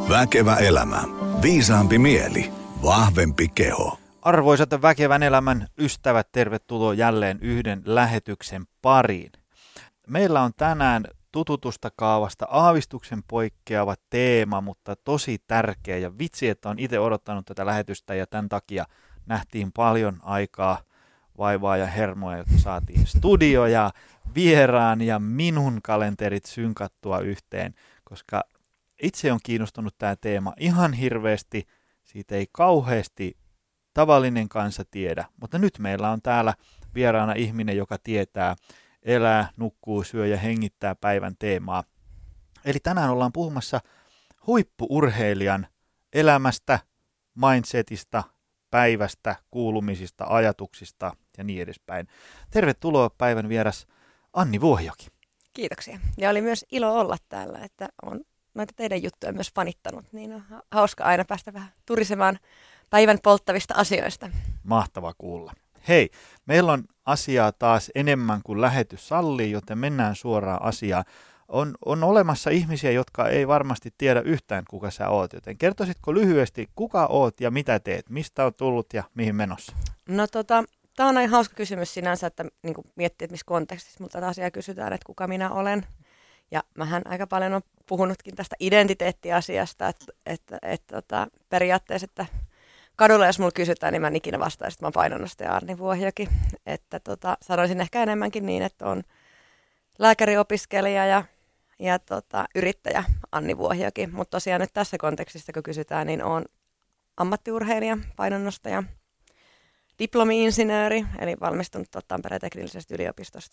Väkevä elämä. Viisaampi mieli. Vahvempi keho. Arvoisat väkevän elämän ystävät, tervetuloa jälleen yhden lähetyksen pariin. Meillä on tänään tututusta kaavasta aavistuksen poikkeava teema, mutta tosi tärkeä. Ja vitsi, että on itse odottanut tätä lähetystä ja tämän takia nähtiin paljon aikaa, vaivaa ja hermoja, jotta saatiin studio ja vieraan ja minun kalenterit synkattua yhteen, koska itse on kiinnostunut tämä teema ihan hirveästi. Siitä ei kauheasti tavallinen kansa tiedä, mutta nyt meillä on täällä vieraana ihminen, joka tietää, elää, nukkuu, syö ja hengittää päivän teemaa. Eli tänään ollaan puhumassa huippu-urheilijan elämästä, mindsetista, päivästä, kuulumisista, ajatuksista ja niin edespäin. Tervetuloa päivän vieras Anni Vuohijoki. Kiitoksia. Ja oli myös ilo olla täällä, että on noita teidän juttuja myös fanittanut, niin on hauska aina päästä vähän turisemaan päivän polttavista asioista. Mahtava kuulla. Hei, meillä on asiaa taas enemmän kuin lähetys sallii, joten mennään suoraan asiaan. On olemassa ihmisiä, jotka ei varmasti tiedä yhtään, kuka sä oot, joten kertoisitko lyhyesti, kuka oot ja mitä teet, mistä oot tullut ja mihin menossa? No tämä on aina hauska kysymys sinänsä, että niin miettii, että missä kontekstissa, mutta tätä asiaa kysytään, että kuka minä olen. Ja mähän aika paljon olen puhunutkin tästä identiteettiasiasta, että periaatteessa, että kadulla jos mulla kysytään, niin mä en ikinä vastaisin, että mä oon painonnostaja Anni Vuohijoki. Että sanoisin ehkä enemmänkin niin, että on lääkäriopiskelija ja yrittäjä Anni Vuohijoki. Mutta tosiaan nyt tässä kontekstissa, kun kysytään, niin oon ammattiurheilija, painonnostaja, diplomi-insinööri, eli valmistunut Tampereen teknillisestä yliopistosta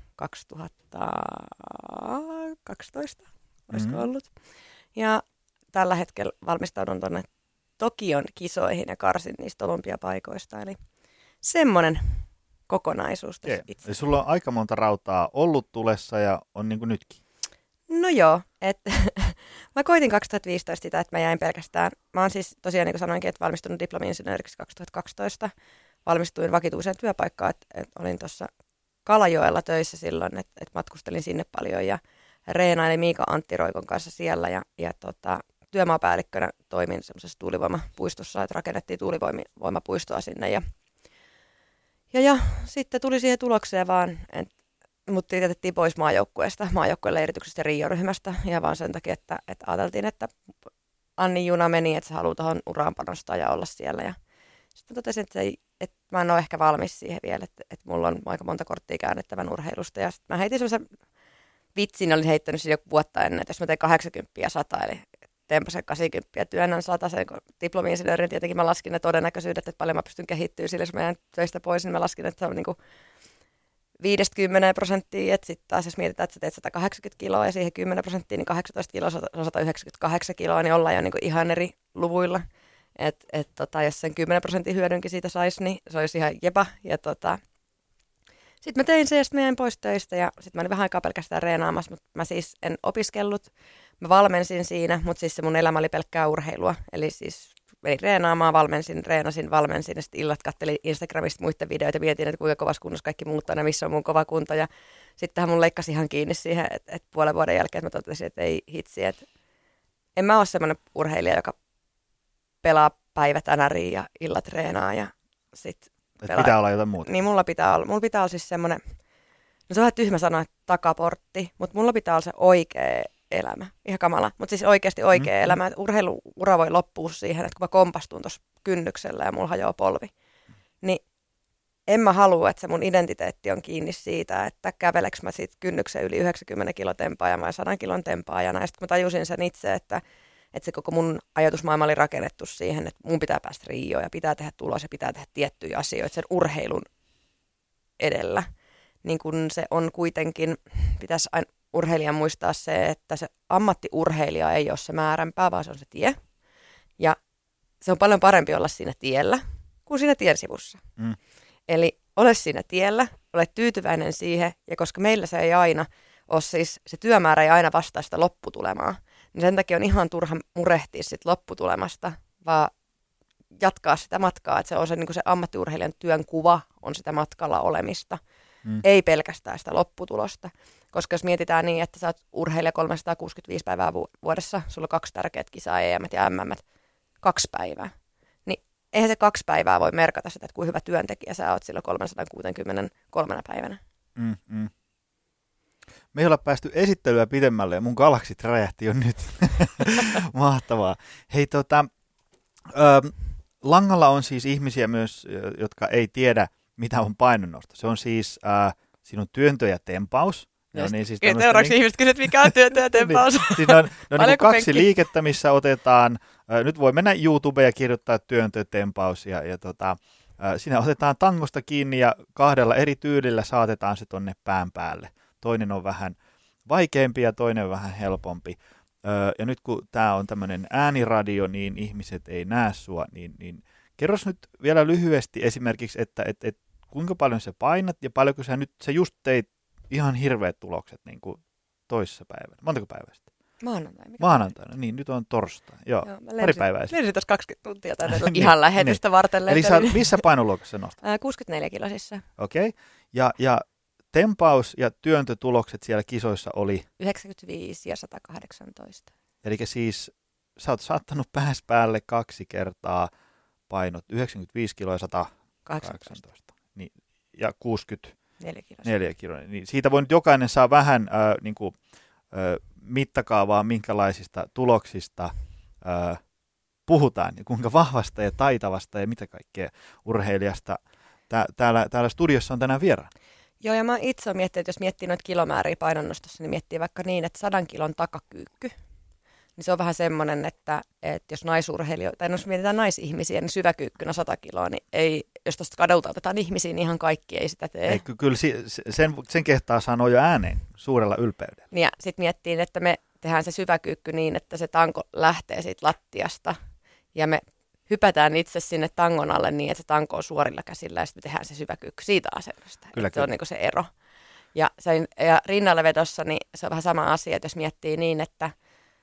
2012, olisiko ollut. Ja tällä hetkellä valmistaudun tuonne Tokion kisoihin ja karsin niistä olympiapaikoista. Eli semmoinen kokonaisuus tässä itse. Sulla on aika monta rautaa ollut tulessa ja on niin kuin nytkin. No joo, että mä koitin 2015 sitä, että mä jäin pelkästään. Mä oon siis tosiaan, niin kuin sanoinkin, että valmistunut diplomi-insinööriksi 2012. Valmistuin vakituiseen työpaikkaan, että olin tuossa Kalajoella töissä silloin, että matkustelin sinne paljon ja reenailin Miika Antti Roikon kanssa siellä ja työmaapäällikkönä toimin semmoisessa tuulivoimapuistossa, että rakennettiin tuulivoimapuistoa sinne ja sitten tuli siihen tulokseen vaan, että mut jätettiin pois maajoukkueen leirityksestä ja Rio-ryhmästä ja vaan sen takia, että ajateltiin, että Annin juna meni, että se haluaa tuohon uraan panostaa ja olla siellä ja sitten totesin, että mä en ole ehkä valmis siihen vielä, että mulla on aika monta korttia käännettävän urheilusta. Ja sitten mä heitin semmoisen vitsin, olin heittänyt siinä joku vuotta ennen, että jos mä teen 80 ja 100, eli tempasen 80 ja työnnän 100 sen diplomi-insinöörin, tietenkin mä laskin ne todennäköisyydet, että paljon mä pystyn kehittymään sillä, jos mä jään töistä pois, niin mä laskin, että se on niinku 5-10%, että sitten taas jos mietitään, että sä teet 180 kiloa ja siihen 10%, niin 18 kiloa, 198 kiloa, niin ollaan jo niinku ihan eri luvuilla. Jos sen 10% hyödynkin siitä saisi, niin se olisi ihan jepa. Ja sitten mä tein se ja sitten mä jäin pois töistä ja sitten mä olin vähän aikaa pelkästään reenaamassa, mutta mä siis en opiskellut. Mä valmensin siinä, mutta siis se mun elämä oli pelkkää urheilua. Eli siis menin reenaamaan, valmensin ja sitten illat kattelin Instagramista muiden videoita ja mietin, että kuinka kovassa kunnossa kaikki muut on ja missä on mun kova kunto. Ja sittenhän mun leikkasi ihan kiinni siihen, että puolen vuoden jälkeen mä totesin, että ei hitsi, että en mä ole semmoinen urheilija, joka pelaa päivät NRiin ja illat treenaa ja sit pitää olla jotain muuta. Niin mulla pitää olla siis semmoinen, no se on vähän tyhmä sanoa, että takaportti, mutta mulla pitää olla se oikea elämä. Ihan kamala, mutta siis oikeasti oikea elämä. Että urheiluura voi loppua siihen, että kun mä kompastun tuossa kynnyksellä ja mulla hajoaa polvi, niin en mä halua, että se mun identiteetti on kiinni siitä, että käveleks mä siitä kynnyksen yli 90 kilon tempaajana vai 100 kilon tempaajana. Ja sitten kun mä tajusin sen itse, että se koko mun ajatusmaailma oli rakennettu siihen, että mun pitää päästä Rioon ja pitää tehdä tulos ja pitää tehdä tiettyjä asioita sen urheilun edellä. Niin kun se on kuitenkin, pitäisi aina urheilijan muistaa se, että se ammattiurheilija ei ole se määränpää, vaan se on se tie. Ja se on paljon parempi olla siinä tiellä kuin siinä tien sivussa. Eli ole siinä tiellä, ole tyytyväinen siihen ja koska meillä se ei aina ole siis, se työmäärä ei aina vastaa sitä lopputulemaa. Niin sen takia on ihan turha murehtia sit lopputulemasta, vaan jatkaa sitä matkaa, että se on se, niin kuin se ammattiurheilijan työn kuva on sitä matkalla olemista. ei pelkästään sitä lopputulosta. Koska jos mietitään niin, että sä oot urheilija 365 päivää vuodessa, sulla on 2 tärkeät kisaa, EM ja MM, 2 päivää. Niin eihän se 2 päivää voi merkata sitä, että kuinka hyvä työntekijä sä oot sillä 363 päivänä. Me ei olla päästy esittelyä pidemmälle ja mun galaksit räjähti jo nyt. Mahtavaa. Hei langalla on siis ihmisiä myös, jotka ei tiedä, mitä on painonnosto. Se on siis sinun työntö ja tempaus. Niin siis seuraavaksi ihmiset kysyvät, mikä on työntö ja tempaus. Siis on niin 2 liikettä, missä otetaan, nyt voi mennä YouTubeen ja kirjoittaa työntö ja tempaus. Siinä otetaan tangosta kiinni ja 2 eri tyylillä saatetaan se tonne pään päälle. Toinen on vähän vaikeampi ja toinen vähän helpompi. Ja nyt kun tämä on tämmöinen ääniradio, niin ihmiset ei näe sua, niin kerros nyt vielä lyhyesti esimerkiksi, että kuinka paljon sä painat ja paljonko sä just teit ihan hirveät tulokset niin kuin toisessa päivänä. Montako päivää sitten? Maanantaina, niin nyt on torstai. Joo, pari päivää sitten. Lensin tuossa 20 tuntia tänne ihan lähetystä niin. Varten. Eli sä missä painoluokassa nostat? 64-kilosissa. Okei, ja tempaus ja työntötulokset siellä kisoissa oli? 95 ja 118. Eli siis sä oot saattanut pääs päälle 2 kertaa painot 95 kiloa ja 118. Niin, ja 64 kiloa. Niin siitä voi nyt jokainen saa vähän mittakaavaa, minkälaisista tuloksista puhutaan ja kuinka vahvasta ja taitavasta ja mitä kaikkea urheilijasta täällä studiossa on tänään vieraan. Joo, ja mä itse olen miettinyt, että jos miettii noita kilomääriä painonnostossa, niin miettii vaikka niin, että 100 kilon takakyykky. Niin se on vähän semmoinen, että jos naisurheilijoita, tai jos mietitään naisihmisiä, niin syväkyykkynä 100 kiloa, niin ei, jos tuosta kadulta otetaan ihmisiä, niin ihan kaikki ei sitä tee. Ei, kyllä sen kehtaa sanoa jo ääneen suurella ylpeydellä. Ja sitten miettii, että me tehdään se syväkyykky niin, että se tanko lähtee siitä lattiasta, ja me hypätään itse sinne tangon alle niin, että se tanko on suorilla käsillä, ja sitten me tehdään se syväkyykky siitä asennosta. Kyllä. Se on niin se ero. Ja rinnalle vetossa, niin se on vähän sama asia, että jos miettii niin, että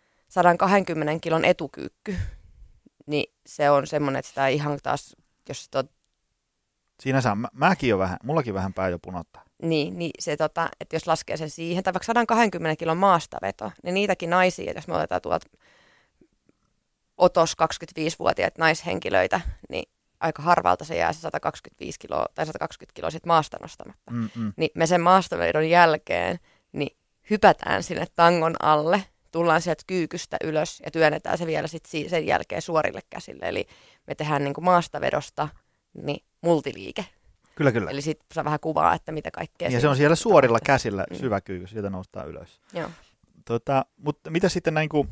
120 kilon etukyykky, niin se on semmoinen, että sitä ihan taas, jos siinä saa, mäkin jo vähän, mullakin vähän pää jo punottaa. Niin se, että jos laskee sen siihen, tai vaikka 120 kilon maastaveto, niin niitäkin naisia, jos me otetaan tuolta otos 25-vuotiaita naishenkilöitä, niin aika harvalta se jää se 125 kiloa tai 120 kiloa sit maasta nostamatta. Niin me sen maastavedon jälkeen niin hypätään sinne tangon alle, tullaan sieltä kyykystä ylös ja työnnetään se vielä sit sen jälkeen suorille käsille. Eli me tehdään niin kuin maastavedosta niin multiliike. Kyllä. Eli sitten saa vähän kuvaa, että mitä kaikkea. Ja se on siellä suorilla käsillä syväkyykky, sieltä noustaan ylös. Joo. Mutta mitä sitten näin kuin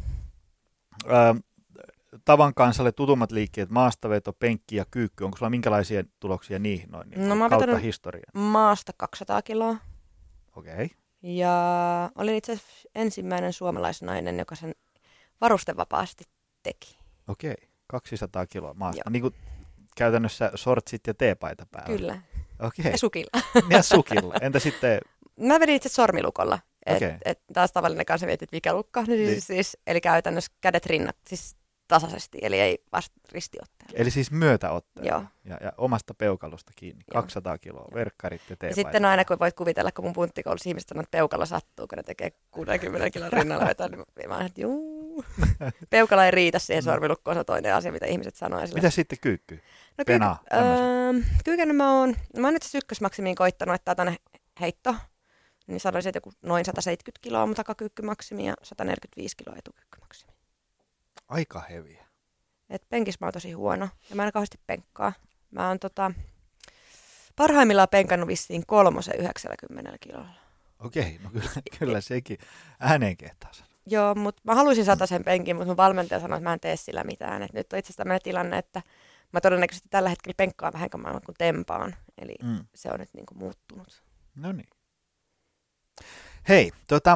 tavan kansalle tutummat liikkeet, maastaveto, penkki ja kyykky, onko sulla minkälaisia tuloksia niihin noin mä kautta historian? Maasta 200 kiloa. Okei. Ja olin itse asiassa ensimmäinen suomalaisnainen, joka sen varustevapaasti teki. Okei, 200 kiloa maasta. Niin kuin käytännössä sortsit ja teepaita päällä. Kyllä. Okei. Ja sukilla. Ja sukilla. Entä sitten? Mä vedin itse sormilukolla. Okei. Taas tavallinen kanssa mietit, mikä lukka. Niin. Eli käytännössä kädet rinnat siis tasaisesti, eli ei vasta ristiotteella. Eli siis myötäotteella. Joo. Ja omasta peukalosta kiinni. 200 kiloa, verkkarit ja teepaita. Ja sitten aina, kun voit kuvitella, kun mun punttikoulussa ihmiset sanoo, että peukalo sattuu, kun ne tekee 60 kilon rinnalla vetä, niin mä aina, että juu. Peukalo ei riitä siihen sormilukkoon, se on toinen asia, mitä ihmiset sanoo. Mitä sitten kyykky? No kyykännyt mä oon nyt se ykkösmaksimiin koittanut, että tänne heitto. Niin sanoisin, että joku noin 170 kiloa mun takakyykkymaksimi ja 145 kiloa etukyykkymaksimi. Aika heviä. Et penkissä mä oon tosi huono ja mä en kauheasti penkkaa. Mä oon parhaimmillaan penkannut vissiin 90 kilolla. Okei, no kyllä sekin ääneen kehtaa sanoa. Joo, mutta mä haluaisin 100 penkin, mutta mun valmentaja sanoi, että mä en tee sillä mitään. Et nyt on itse asiassa tämmöinen tilanne, että mä todennäköisesti tällä hetkellä penkkaan vähän kuin tempaan. Eli se on nyt niin kuin muuttunut. No niin. Hei,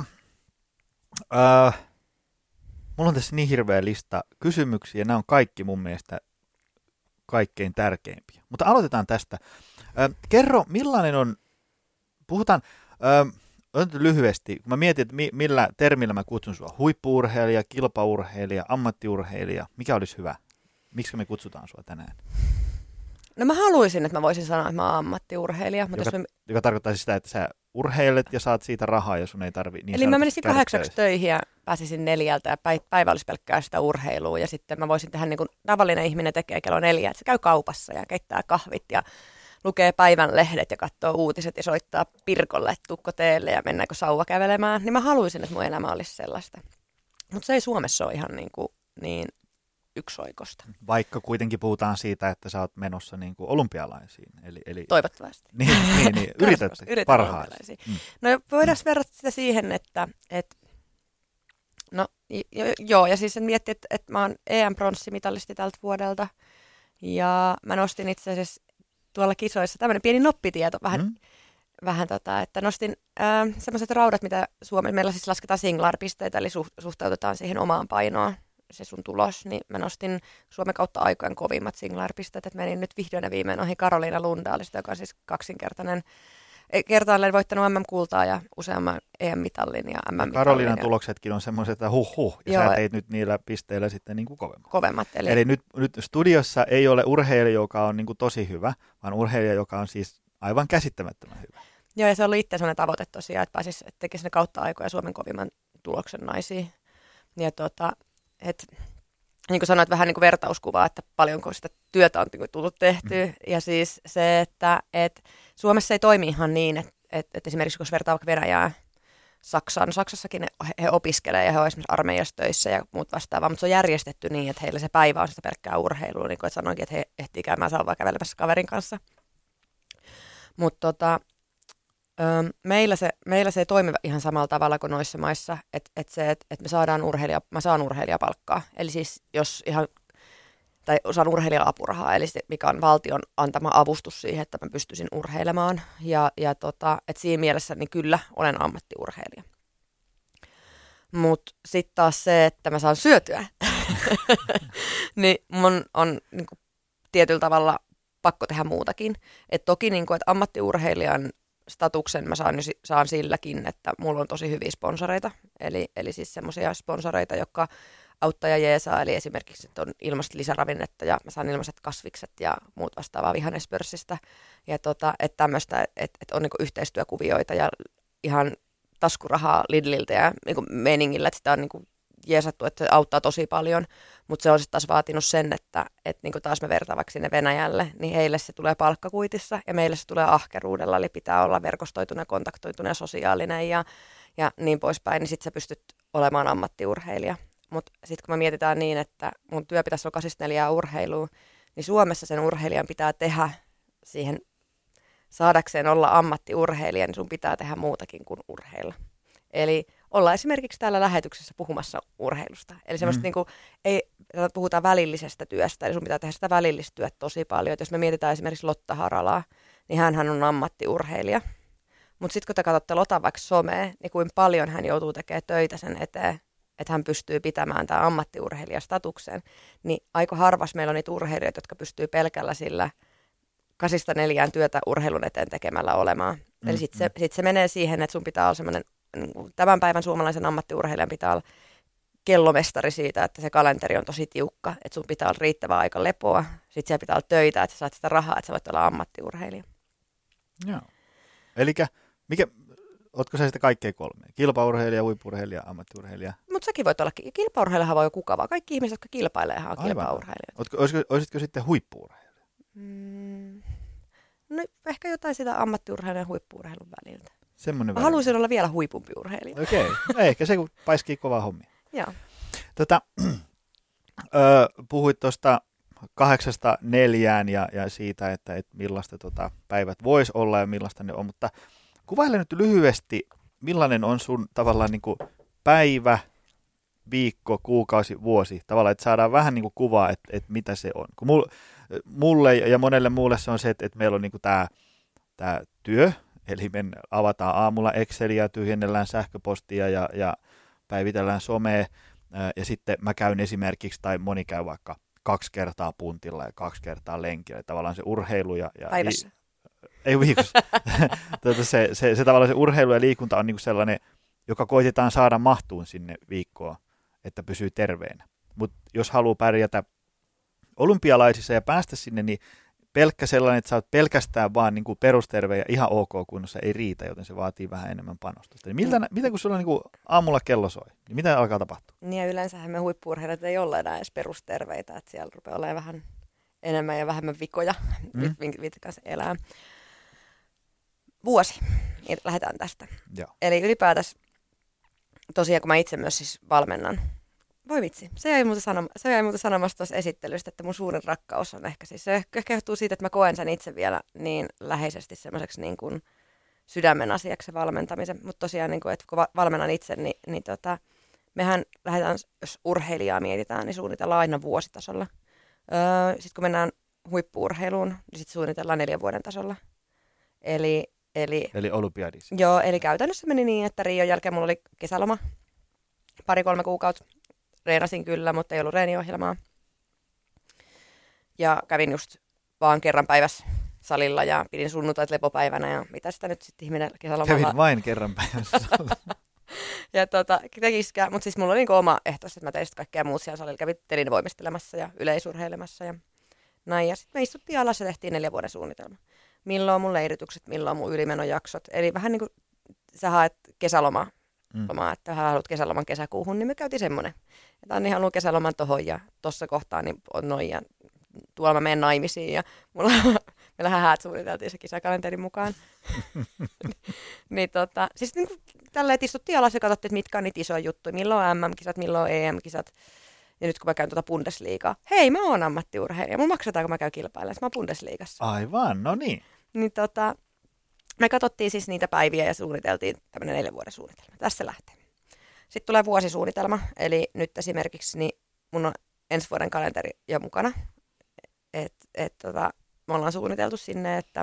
mulla on tässä niin hirveä lista kysymyksiä, nämä on kaikki mun mielestä kaikkein tärkeimpiä. Mutta aloitetaan tästä. Kerro, millainen on, puhutaan lyhyesti, kun mä mietin, että millä termillä mä kutsun sua, huippu-urheilija, kilpaurheilija, ammattiurheilija, mikä olisi hyvä? Miksi me kutsutaan sua tänään? No mä haluaisin, että mä voisin sanoa, että mä oon ammattiurheilija. Mutta joka tarkoittaa sitä, että sä urheilet ja saat siitä rahaa ja sun ei tarvi niin. Eli mä menisin 8 töihin ja pääsisin 4 ja päivä olisi pelkkää sitä urheilua. Ja sitten mä voisin tehdä niin kuin tavallinen ihminen tekee kello 4, että se käy kaupassa ja keittää kahvit ja lukee päivän lehdet ja katsoo uutiset ja soittaa Pirkolle, että tukko teelle ja mennäänkö sauva kävelemään. Niin mä haluaisin, että mun elämä olisi sellaista. Mutta se ei Suomessa ole ihan niin yksioikosta. Vaikka kuitenkin puhutaan siitä, että sä oot menossa niin kuin olympialaisiin. Eli toivottavasti. Niin yrität parhaasi. No voidaan verrata sitä siihen, että no joo, ja siis miettii, että mä oon EM-pronssimitalisti tältä vuodelta, ja mä nostin itse asiassa tuolla kisoissa tämmöinen pieni noppitieto vähän että nostin semmoiset raudat, mitä meillä siis lasketaan singlar-pisteitä, eli suhteutetaan siihen omaan painoon se sun tulos, niin mä nostin Suomen kautta aikojen kovimmat singlar-pisteet, että menin nyt vihdoin ja viimein ohi Karoliina Lundaalista, joka on siis kertaalleen voittanut MM-kultaa ja useamman EM-mitallin ja MM-mitallin. Karoliinan tuloksetkin on semmoiset, että ja sä teit nyt niillä pisteillä sitten niin kuin kovemmat. Eli nyt studiossa ei ole urheilija, joka on niin kuin tosi hyvä, vaan urheilija, joka on siis aivan käsittämättömän hyvä. Joo, ja se oli itse sellainen tavoite tosiaan, että pääsisi tekemään sinne kautta aikoja Suomen kovimman tuloksen naisiin. Ja niin kuin sanoit, vähän niin kuin vertauskuvaa, että paljonko sitä työtä on tullut tehtyä. Ja siis se, että Suomessa ei toimi ihan niin, että esimerkiksi kun vertaa vaikka Venäjää Saksaan, no Saksassakin he opiskelee ja he ovat esimerkiksi armeijassa töissä ja muut vastaavaa, mutta se on järjestetty niin, että heillä se päivä on sitä pelkkää urheilua, niin kuin että sanoinkin, että he ehtii käymään sauvaa kävelemässä kaverin kanssa. Mutta meillä se ei toimi ihan samalla tavalla kuin noissa maissa, että me saadaan mä saan urheilijapalkkaa. Eli siis saan urheilija-apurahaa, eli se, mikä on valtion antama avustus siihen, että mä pystyisin urheilemaan. Että siinä mielessä niin kyllä olen ammattiurheilija. Mutta sitten taas se, että mä saan syötyä, niin mun on niin kuin tietyllä tavalla pakko tehdä muutakin. Et toki niin kuin, että ammattiurheilijan statuksen mä saan silläkin, että mulla on tosi hyviä sponsoreita. Eli siis semmoisia sponsoreita, jotka auttaa ja jeesaa. Eli esimerkiksi että on ilmaista lisäravinnetta ja mä saan ilmaiset kasvikset ja muut vastaavaa vihannespörssistä. Ja että tämmöistä, että on niinku yhteistyökuvioita ja ihan taskurahaa Lidliltä ja niinku meningillä, että sitä on niinku jeesattu, että se auttaa tosi paljon, mutta se on sitten taas vaatinut sen, että niin kuin taas me vertaan vaikka sinne Venäjälle, niin heille se tulee palkkakuitissa ja meille se tulee ahkeruudella, eli pitää olla verkostoitunut, kontaktoitunut ja sosiaalinen ja niin poispäin, niin sitten sä pystyt olemaan ammattiurheilija. Mutta sitten kun me mietitään niin, että mun työ pitäisi olla 8-4 urheilua, niin Suomessa sen urheilijan pitää tehdä siihen, saadakseen olla ammattiurheilija, niin sun pitää tehdä muutakin kuin urheilla. Eli olla esimerkiksi täällä lähetyksessä puhumassa urheilusta. Eli semmoista puhutaan välillisestä työstä, eli sun pitää tehdä sitä välillistä työtä tosi paljon. Et jos me mietitään esimerkiksi Lotta Haralaa, niin hän on ammattiurheilija. Mutta sitten kun te katsotte Lotan vaikka somea, niin kuin paljon hän joutuu tekemään töitä sen eteen, että hän pystyy pitämään tämän ammattiurheilijastatuksen, niin aika harvas meillä on niitä urheilijoita, jotka pystyy pelkällä sillä 8-4 työtä urheilun eteen tekemällä olemaan. Eli sitten se menee siihen, että sun pitää olla semmoinen, tämän päivän suomalaisen ammattiurheilijan pitää olla kellomestari siitä, että se kalenteri on tosi tiukka, että sun pitää olla riittävä aika lepoa, sitten siellä pitää olla töitä, että sä saat sitä rahaa, että sä voit olla ammattiurheilija. Joo. Elikkä ootko sä sitä kaikkea 3? Kilpaurheilija, huippu-urheilija, ammattiurheilija? Mutta säkin voit olla, kilpaurheilijahan voi jo kuka vaan. Kaikki ihmiset, jotka kilpaileehan on kilpaurheilijoita. Olisitko sitten huippu-urheilija? No ehkä jotain sitä ammattiurheilun ja huippu-urheilun väliltä. Mä haluaisin olla vielä huipumpi urheilija. Okei. Ehkä se kun paiskii kovaa hommia. Joo. Puhuit tuosta 8-4 ja siitä, että millaista päivät voisi olla ja millaista ne on, mutta kuvaile nyt lyhyesti, millainen on sun tavallaan niin kuin päivä, viikko, kuukausi, vuosi, tavallaan, että saadaan vähän niin kuin kuvaa, että mitä se on. Kun mulle ja monelle muulle se on se, että meillä on niin kuin tämä työ, eli me avataan aamulla Exceliä, tyhjennellään sähköpostia ja päivitellään somea, ja sitten mä käyn esimerkiksi, tai moni käy vaikka 2 kertaa puntilla ja 2 kertaa lenkillä, tavallaan se urheilu ja päivässä. Ei viikossa. se tavallaan se urheilu ja liikunta on niinku sellainen, joka koitetaan saada mahtuun sinne viikkoon, että pysyy terveenä. Mutta jos haluaa pärjätä olympialaisissa ja päästä sinne, niin pelkkä sellainen, että sä oot pelkästään vaan niin kuin perusterve ja ihan ok kunnossa ei riitä, joten se vaatii vähän enemmän panostusta. Niin mitä kun sulla niin kuin aamulla kello soi, niin mitä alkaa tapahtua? Niin ja yleensähän me huippu-urheilijat ei olla enää edes perusterveitä, että siellä rupeaa olemaan vähän enemmän ja vähemmän vikoja, mitkä kanssa elää. Vuosi, niin lähdetään tästä. Joo. Eli ylipäätänsä, tosiaan kun mä itse myös siis valmennan, voi vitsi, se jäi muuten sanomasta tuossa esittelystä, että mun suurin rakkaus on ehkä siis, se ehkä johtuu siitä, että mä koen sen itse vielä niin läheisesti semmoiseksi niin kuin sydämen asiaksi se valmentamisen, mutta tosiaan niin kuin, että kun valmennan itse, niin mehän lähdetään, jos urheilijaa mietitään, niin suunnitellaan aina vuositasolla. Sitten kun mennään huippu-urheiluun, niin sitten suunnitellaan 4 vuoden tasolla. Eli olympiadissa. Joo, eli käytännössä meni niin, että Rion jälkeen mulla oli kesäloma. 2-3 kuukautta reenasin kyllä, mutta ei ollut reeniohjelmaa. Ja kävin just vaan kerran päivässä salilla ja pidin sunnuntait lepopäivänä ja mitä sitä nyt sitten ihminen kesälomalla. Kävin vain kerran päivässä salilla. Ja tekisikään, mutta siis mulla oli niinku oma ehtois, että mä tein kaikkea muut siellä salilla. Kävin telinevoimistelemassa ja yleisurheilemassa ja näin. Ja sitten me istuttiin alas ja tehtiin 4 vuoden suunnitelma. Milloin on mun leiritykset, milloin on mun ylimenojaksot. Eli vähän niin kuin sä haet kesälomaa, että haluat kesäloman kesäkuuhun, niin me käytiin semmoinen. Että Anni haluaa kesäloman tohon ja tossa kohtaa niin on noin ja tuolla mä menen naimisiin ja meillähän häät suunniteltiin se kisakalenterin mukaan. Siis niin kuin tälleen istuttiin alas ja katsottiin, että mitkä on niitä isoja juttuja, milloin on MM-kisat, milloin on EM-kisat. Ja nyt kun mä käyn Bundesliigaa, hei mä oon ammattiurheilija, mun maksetaan kun mä käyn kilpailemaan, mä oon Bundesliigassa. Aivan, no niin. Niin me katsottiin siis niitä päiviä ja suunniteltiin tämmöinen 4 vuoden suunnitelma. Tässä lähtee. Sitten tulee vuosisuunnitelma, eli nyt esimerkiksi niin mun on ensi vuoden kalenteri jo mukana. Me ollaan suunniteltu sinne, että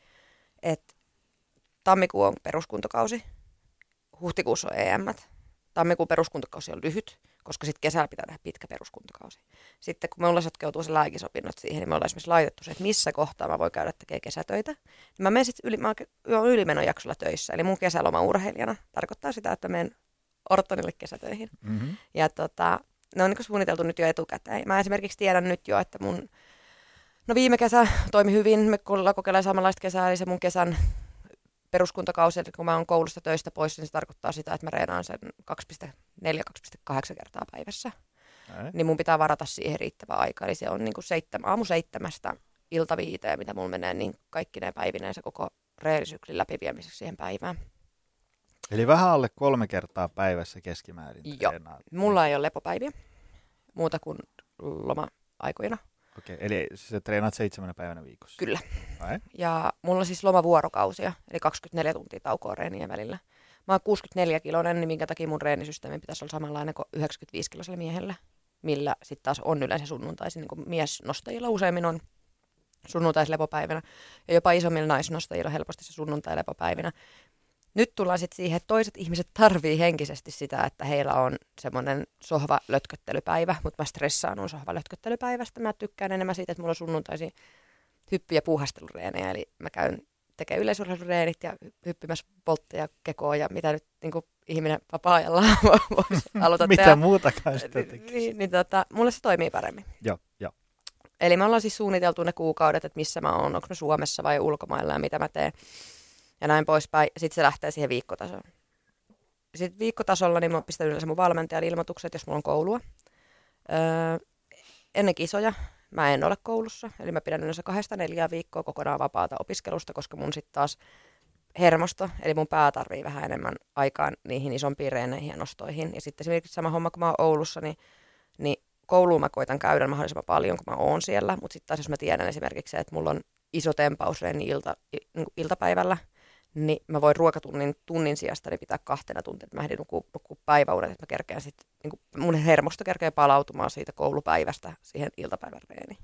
tammikuu on peruskuntokausi, huhtikuussa on EM-t, tammikuun peruskuntokausi on lyhyt, koska sitten kesällä pitää tehdä pitkä peruskuntokausi. Sitten kun mulla sotkeutuu se lääkisopinnot siihen, niin me ollaan esimerkiksi laitettu se, että missä kohtaa mä voin käydä tekemään kesätöitä. Niin mä menen sitten mä oon ylimenojaksolla töissä, eli mun kesäloma urheilijana tarkoittaa sitä, että mä menen ortonille kesätöihin. Mm-hmm. Ja ne on niin suunniteltu nyt jo etukäteen. Mä esimerkiksi tiedän nyt jo, että viime kesä toimi hyvin, me kokeillaan samanlaista kesää, eli se mun kesän peruskuntokausi, eli kun mä oon koulusta töistä pois, niin se tarkoittaa sitä, että mä reenaan sen 2,4-2,8 kertaa päivässä. Niin mun pitää varata siihen riittävä aika. Eli se on niin kuin aamu 7 ilta 5, mitä mulla menee niin kaikkineen päivineen se koko reenisyklin läpiviemiseksi siihen päivään. Eli vähän alle 3 kertaa päivässä keskimäärin treenaat. Joo, mulla ei ole lepopäiviä muuta kuin loma-aikoina. Okei, eli sä treenaat 7 päivänä viikossa? Kyllä. Ai? Ja mulla on siis lomavuorokausia, eli 24 tuntia taukoa reenien välillä. Mä oon 64-kiloinen, niin minkä takia mun reenisysteemi pitäisi olla samanlainen kuin 95-kiloisella miehellä, millä sitten taas on yleensä sunnuntaisin, niin kuin miesnostajilla useimmin on sunnuntais-lepopäivänä, ja jopa isommilla naisnostajilla helposti se sunnuntai-lepopäivinä. Nyt tullaan sitten siihen, että toiset ihmiset tarvii henkisesti sitä, että heillä on semmoinen sohvalötköttelypäivä, mutta mä stressaannun sohvalötköttelypäivästä. Mä tykkään enemmän siitä, että mulla on sunnuntaisin hyppy- ja puuhastelureenejä, eli mä käyn tekemään yleisurheilureenit ja hyppimässä poltteja, kekoa ja mitä nyt niin kuin ihminen vapaa-ajallaan voisi aloittaa tehdä. Mitä muutakaan sitä tekisi. Mulle se toimii paremmin. Joo. Eli me ollaan siis suunniteltu ne kuukaudet, että missä mä oon, onko mä Suomessa vai ulkomailla ja mitä mä teen. Ja näin poispäin. Sitten se lähtee siihen viikkotasoon. Sitten viikkotasolla niin mä pistän yleensä mun valmentajalle ilmoitukset, jos mulla on koulua. Ennen kisoja mä en ole koulussa. Eli mä pidän yleensä 2-4 viikkoa kokonaan vapaata opiskelusta, koska mun sitten taas hermosto, eli mun pää tarvii vähän enemmän aikaan niihin isompiin reeneihin ja nostoihin. Ja sitten esimerkiksi sama homma, kun mä oon Oulussa, niin kouluun mä koitan käydä mahdollisimman paljon, kun mä oon siellä. Mutta sitten taas jos mä tiedän esimerkiksi se, että mulla on iso tempausreeni iltapäivällä, niin mä voin tunnin sijasta niin pitää 2 tuntia, että mä ehdin nukkua päiväunet, että mä kerkeän sitten, niin mun hermosto kerkee palautumaan siitä koulupäivästä siihen iltapäivän reeniin.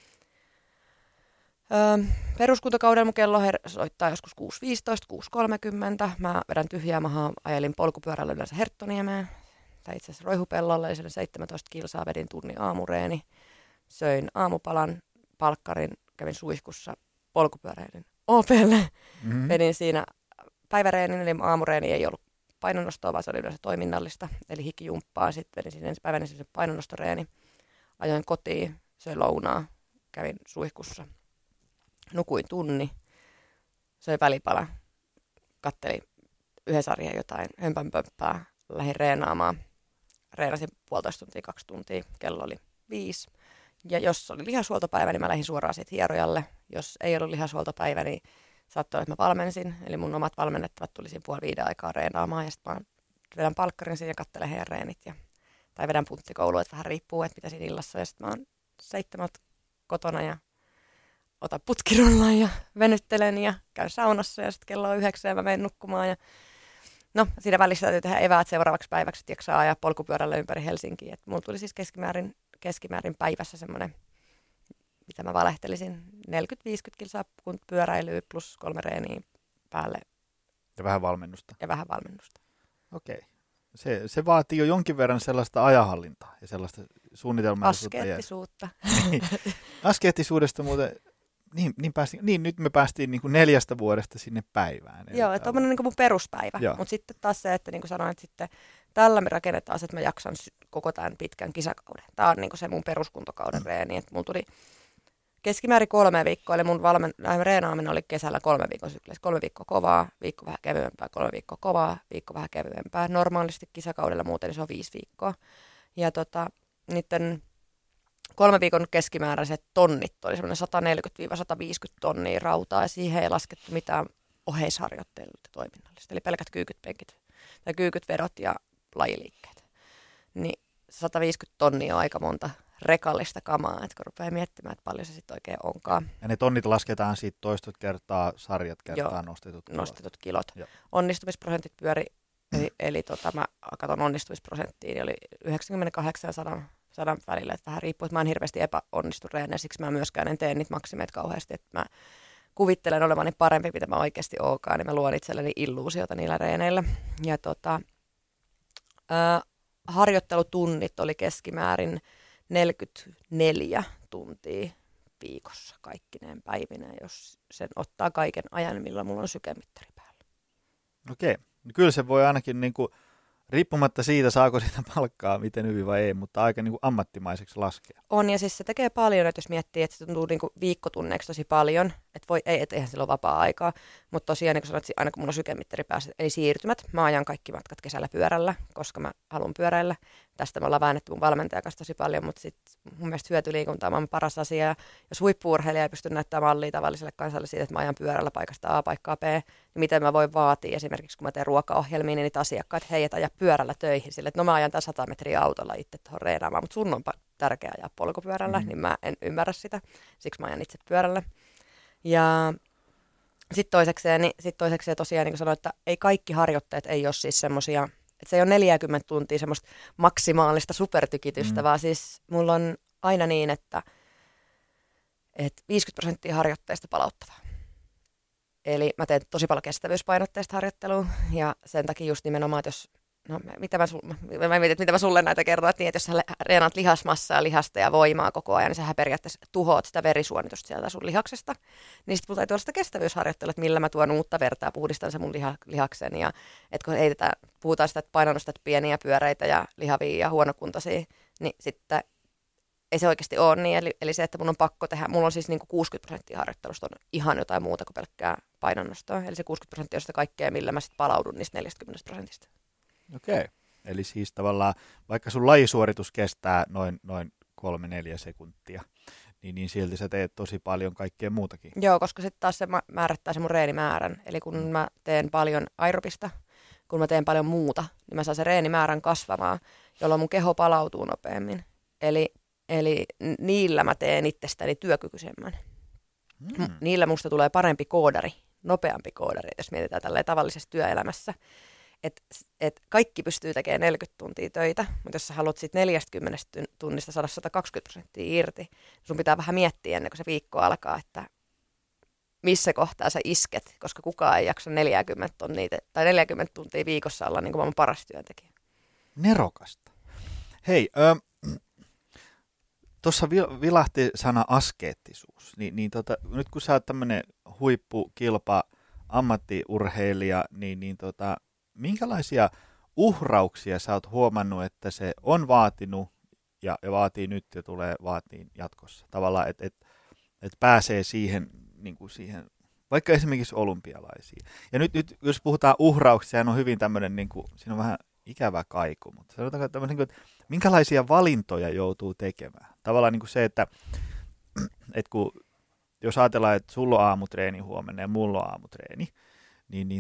Peruskuntakaudella mun kello soittaa joskus 6.15, 6.30. Mä vedän tyhjää mahaa, ajelin polkupyörällä yleensä Herttoniemeen, tai itse asiassa Roihupellolla, eli 17 kilsaa vedin tunnin aamureeni. Söin aamupalan, palkkarin, kävin suihkussa, polkupyöräilin Opelle. Vedin siinä päiväreenin, eli aamureeni ei ollut painonnostoa, vaan se oli yleensä toiminnallista, eli hikijumppaa. Sitten vedin siinä ensipäivänä sen painonnostoreeni. Ajoin kotiin, söin lounaa, kävin suihkussa. nukuin tunni, söin välipala, kattelin yhden sarjan jotain hömpänpömppää, lähdin reenaamaan. Reenasin 1,5 tuntia, 2 tuntia, kello oli 5. Ja jos oli lihashuoltopäivä, niin mä lähdin suoraan siitä hierojalle. Jos ei ollut lihashuoltopäivä, niin saattoi olla, että mä valmensin. Eli mun omat valmennettavat tuli siinä 4:30 aikaa reenaamaan. Ja sitten mä vedän palkkarin siinä ja katselen heidän reenit. Tai vedän punttikoulua, että vähän riippuu, että mitä siinä illassa on. Ja sitten mä oon 7 kotona ja otan putkirollaan ja venyttelen ja käyn saunassa. Ja sitten kello on 9 ja mä menen nukkumaan. Ja no, siinä välissä täytyy tehdä eväät seuraavaksi päiväksi, että jaksaa ajaa polkupyörällä ympäri Helsinkiä. Et mulla tuli siis keskimäärin päivässä semmoinen, mitä mä valehtelisin, 40-50 kilsaa kun pyöräilyä plus 3 reeniä päälle. Ja vähän valmennusta. Okei. Se vaatii jo jonkin verran sellaista ajanhallintaa ja sellaista suunnitelmallisuutta. Askeettisuutta. Askeettisuudesta muuten, nyt me päästiin niin kuin 4 vuodesta sinne päivään. Joo, että on niin kuin mun peruspäivä. Mutta sitten taas se, että niin kuin sanoin, että sitten tällä me rakennetaan se, että mä jaksan koko tämän pitkän kisakauden. Tämä on niin kuin se mun peruskuntokauden reeni. Että mulla tuli keskimäärin 3 viikkoa, eli mun reenaaminen oli kesällä 3 viikon sykleissä. 3 viikkoa kovaa, viikko vähän kevyempää, 3 viikkoa kovaa, viikko vähän kevyempää. Normaalisti kisakaudella muuten niin se on 5 viikkoa. Ja niiden 3 viikon keskimääräiset tonnit oli semmoinen 140-150 tonnia rautaa, ja siihen ei laskettu mitään oheisharjoitteluita toiminnallista. Eli pelkät kyykytpenkit tai kyykytvedot ja lajiliikkeet. Niin 150 tonnia on aika monta rekallista kamaa, että kun rupeaa miettimään, että paljon se sitten oikein onkaan. Ja ne tonnit lasketaan siitä toistot kertaa, sarjat kertaa nostetut kilot. Joo. Onnistumisprosentit pyöri, eli mä katson onnistumisprosenttiin, niin oli 98-100 välillä, että vähän riippuu, että mä oon hirveästi epäonnistu reenejä, siksi mä myöskään en tee niitä maksimeita kauheasti, että mä kuvittelen olevani parempi, mitä mä oikeasti oonkaan, niin mä luon itselleni illuusiota niillä reeneillä. Ja harjoittelutunnit oli keskimäärin 44 tuntia viikossa kaikkineen päivinä, jos sen ottaa kaiken ajan, millä mulla on sykemittari päällä. Okei. Kyllä se voi ainakin niinku, riippumatta siitä, saako siitä palkkaa, miten hyvin vai ei, mutta aika niinku ammattimaiseksi laskea. On, ja siis se tekee paljon, että jos miettii, että se tuntuu niinku viikkotunneiksi tosi paljon, että eihän sillä ole vapaa-aikaa, mutta tosiaan niin kuin sanoit, aina kun mulla on sykemittari päässä, eli siirtymät, mä ajan kaikki matkat kesällä pyörällä, koska mä haluan pyöräillä. Tästä me ollaan väännetty mun valmentajan kanssa tosi paljon, mutta sitten mun mielestä hyötyliikunta on paras asia. Jos huippu-urheilija ei pysty näyttämään mallia tavalliselle kansalle siitä, että mä ajan pyörällä paikasta A paikkaa B, niin miten mä voin vaatia esimerkiksi, kun mä teen ruokaohjelmia, niin niitä asiakkaat, että hei, et aja pyörällä töihin sille, että no mä ajan tämän 100 metriä autolla itse tuohon reenaamaan, mutta sun on tärkeää ajaa polkupyörällä, niin mä en ymmärrä sitä, siksi mä ajan itse pyörällä. Ja sitten toisekseen tosiaan, niin kuin sanoin, että ei kaikki harjoitteet ei ole siis semmoisia, että se ei ole 40 tuntia semmoista maksimaalista supertykitystä, vaan siis mulla on aina niin, että 50% harjoitteista palauttavaa. Eli mä teen tosi paljon kestävyyspainotteista harjoittelua, ja sen takia just nimenomaan, että jos mitä mä sulle näitä kerron, että jos sä reenaat lihasmassaa, lihasta ja voimaa koko ajan, niin sähän periaatteessa tuhoat sitä verisuonitusta sieltä sun lihaksesta. Niin sitten täytyy olla sitä kestävyysharjoittelua, että millä mä tuon uutta verta ja puhdistan sen mun lihaksen. Ja että kun puhutaan sitä, että painonnostat pieniä pyöreitä ja lihavia ja huonokuntoisia, niin sitten ei se oikeasti ole niin. Eli se, että mun on pakko tehdä, mulla on siis niin kuin 60% harjoittelusta on ihan jotain muuta kuin pelkkää painonnostoa. Eli se 60% on sitä kaikkea, millä mä sitten palaudun niistä 40%. Okei. Eli siis tavallaan, vaikka sun lajisuoritus kestää noin 3-4 sekuntia, niin silti sä teet tosi paljon kaikkea muutakin. Joo, koska sitten taas se määrittää se mun reenimäärän. Eli kun mä teen paljon aerobista, kun mä teen paljon muuta, niin mä saan se reenimäärän kasvamaan, jolloin mun keho palautuu nopeammin. Eli niillä mä teen itsestäni työkykyisemmän. Niillä musta tulee parempi koodari, nopeampi koodari, jos mietitään tälleen tavallisessa työelämässä. Et kaikki pystyy tekemään 40 tuntia töitä, mutta jos sä haluat siitä 40 tunnista saada 120% irti, niin sun pitää vähän miettiä ennen kuin se viikko alkaa, että missä kohtaa sä isket, koska kukaan ei jaksa 40 tuntia viikossa olla niin kuin maailman paras työntekijä. Nerokasta. Hei, tuossa vilahti sana askeettisuus, nyt kun sä oot tämmönen huippukilpa ammattiurheilija, minkälaisia uhrauksia sä oot huomannut, että se on vaatinut ja vaatii nyt ja tulee vaatiin jatkossa? Tavallaan, että pääsee siihen niin kuin siihen, vaikka esimerkiksi olympialaisiin. Ja nyt jos puhutaan uhrauksista, sehän on hyvin tämmöinen, niin kuin, siinä on vähän ikävä kaiku, mutta sanotaan tämmöinen, että minkälaisia valintoja joutuu tekemään. Tavallaan niin kuin se, että kun, jos ajatellaan, että sulla on aamutreeni huomenna ja mulla on aamutreeni, niin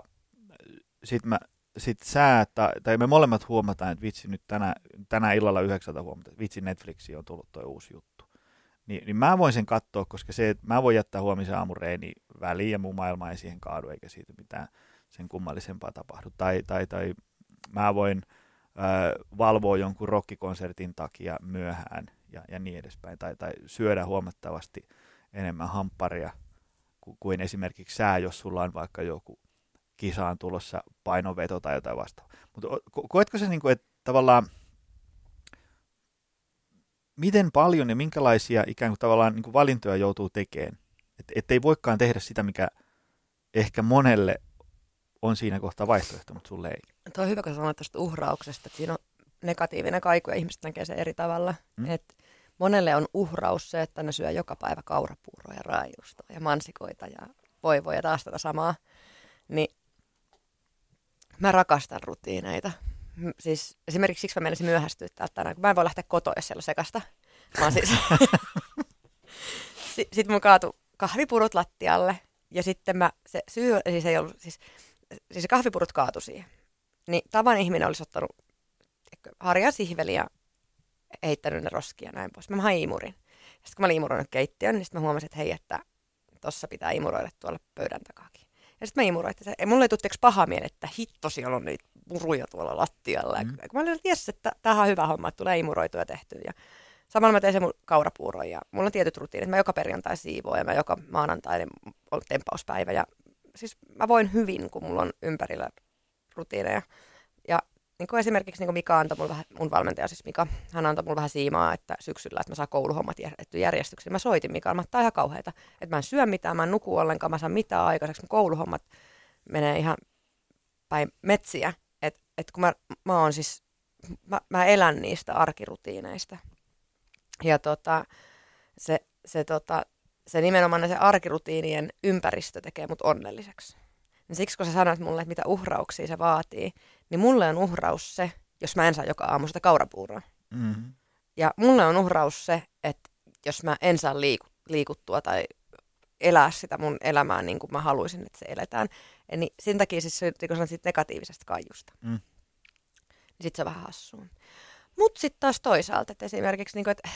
sit sä tai me molemmat huomataan, että vitsi nyt tänä illalla 9 huomata, että vitsi Netflixiin on tullut toi uusi juttu. Niin mä voin sen katsoa, koska se, että mä voin jättää huomisen aamureeni väliin ja mun maailma ei siihen kaadu eikä siitä mitään sen kummallisempaa tapahdu. Tai mä voin valvoa jonkun rockikonsertin takia myöhään ja niin edespäin. Tai syödä huomattavasti enemmän hampparia kuin esimerkiksi sä, jos sulla on vaikka joku kisaan tulossa painonveto tai jotain vastaavaa. Mutta koetko se, että tavallaan miten paljon ja minkälaisia ikään kuin tavallaan niin kuin valintoja joutuu tekemään, ettei voikaan tehdä sitä, mikä ehkä monelle on siinä kohtaa vaihtoehto, mutta sulle ei. Tuo on hyvä, kun sanoit tuosta uhrauksesta, että siinä on negatiivinen kaiku ja ihmiset näkee sen eri tavalla. Et monelle on uhraus se, että ne syö joka päivä kaurapuuroa ja raajuustoa ja mansikoita ja voivoja ja taas tätä samaa. Niin mä rakastan rutiineita. Siis esimerkiksi siksi mä menisin myöhästyä täältä tänään, kun mä en voi lähteä kotoa, jos siellä on sekasta. Sitten mun kaatu kahvipurut lattialle ja sitten se kahvipurut kaatu siihen. Niin tavan ihminen olisi ottanut harjaa sihveliä ja heittänyt ne roskia ja näin pois. Mä hain imurin. Sitten kun mä olin imuroinut keittiön, niin sitten mä huomasin, että hei, että tossa pitää imuroida tuolla pöydän takaakin. Ja sitten mä imuroin, että mulle ei tutteeksi paha mieli, että hitto siellä on niitä muruja tuolla lattialla. Kun mä olin, että jes, että tämähän on hyvä homma, että tulee imuroitua ja tehtyä. Ja samalla mä tein sen mun kaurapuuron ja mulla on tietyt rutiinit. Mä joka perjantai siivoon ja mä joka maanantai on tempauspäivä. Ja siis mä voin hyvin, kun mulla on ympärillä rutiineja. Ja niin kuin esimerkiksi niin kuin Mika antoi mulle vähän, mun valmentaja siis Mika, hän antoi mulle vähän siimaa, että syksyllä, että mä saan kouluhommat järjestykseen. Mä soitin Mikalle, mä oon ihan kauheita, että mä en syö mitään, mä en nuku ollenkaan, mä saan mitään aikaiseksi, mun kouluhommat menee ihan päin metsiä. Että kun mä elän niistä arkirutiineista. Ja se nimenomaan se arkirutiinien ympäristö tekee mut onnelliseksi. Niin siksi kun sä sanoit mulle, että mitä uhrauksia se vaatii, niin mulle on uhraus se, jos mä en saa joka aamu sitä kaurapuuroa. Mm-hmm. Ja mulle on uhraus se, että jos mä en saa liikuttua tai elää sitä mun elämää niin kuin mä haluaisin, että se eletään. Niin sen takia siis kun sanoit siitä negatiivisesta kaiusta. Niin sit se on vähän hassua. Mut sit taas toisaalta, että esimerkiksi niin kuin, että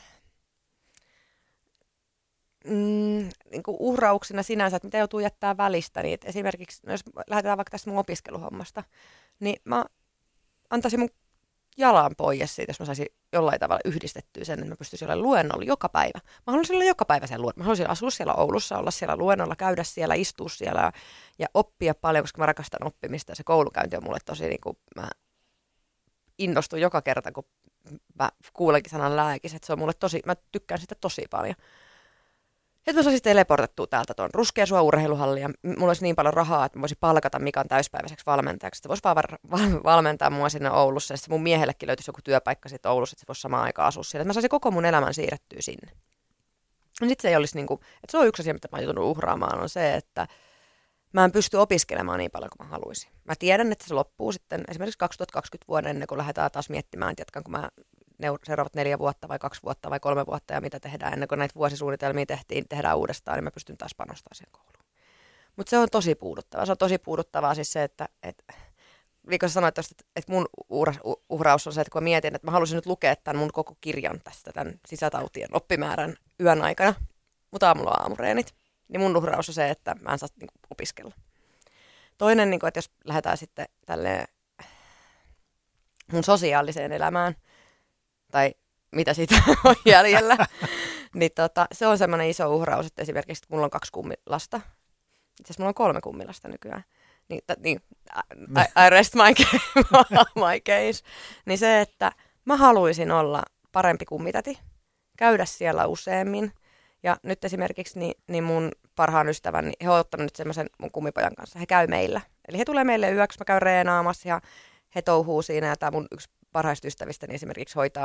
niin kuin uhrauksina sinänsä, että mitä joutuu jättää välistä, niin esimerkiksi, jos lähdetään vaikka tästä mun opiskeluhommasta, niin mä antaisin mun jalan pois siitä, jos mä saisin jollain tavalla yhdistettyä sen, että mä pystyisin olemaan luennolla joka päivä. Mä haluaisin olla joka päivä siellä luennolla. Mä haluaisin asua siellä Oulussa, olla siellä luennolla, käydä siellä, istua siellä ja oppia paljon, koska mä rakastan oppimista ja se koulukäynti on mulle tosi, niin kuin, mä innostun joka kerta, kun mä kuulenkin sanan lääkis, että se on mulle tosi, mä tykkään sitä tosi paljon. Että mä saisin teleportattua täältä tuon Ruskeasua urheiluhalliin ja mulla olisi niin paljon rahaa, että mä voisin palkata Mikan täyspäiväiseksi valmentajaksi. Se voisi vaan valmentaa mua sinne Oulussa ja sitten mun miehellekin löytyisi joku työpaikka sitten Oulussa, että se voisi samaan aikaan asua siellä. Että mä saisin koko mun elämän siirrettyä sinne. No sitten se ei olisi niin kuin, että se on yksi asia, mitä mä oon joutunut uhraamaan, on se, että mä en pysty opiskelemaan niin paljon kuin mä haluaisin. Mä tiedän, että se loppuu sitten esimerkiksi 2020 vuoden ennen kuin lähdetään taas miettimään, että jatkanko mä seuraavat 4 vuotta vai 2 vuotta vai 3 vuotta ja mitä tehdään ennen kuin näitä vuosisuunnitelmia tehdään uudestaan, niin mä pystyn taas panostamaan siihen kouluun. Mutta se on tosi puuduttavaa. Se on tosi puuduttavaa siis se, että niin kuin sanoit tuosta, että mun uhraus on se, että kun mä mietin, että mä haluaisin nyt lukea tämän mun koko kirjan tästä tämän sisätautien oppimäärän yön aikana, mutta aamulla on aamureenit, niin mun uhraus on se, että mä en saa niin kuin opiskella. Toinen, niin kuin, että jos lähdetään sitten tälleen mun sosiaaliseen elämään, tai mitä siitä on jäljellä, niin se on semmoinen iso uhraus, että esimerkiksi että mulla on 2 kummilasta. Itse asiassa mulla on 3 kummilasta nykyään. Niin, I rest my case. Niin se, että mä haluaisin olla parempi kummitäti, käydä siellä useammin. Ja nyt esimerkiksi niin mun parhaan ystäväni, he on ottanut nyt semmoisen mun kummipojan kanssa, he käy meillä. Eli he tulee meille yöksi, mä käyn reenaamassa ja he touhuu siinä ja tämä mun yksi parhaista ystävistäni esimerkiksi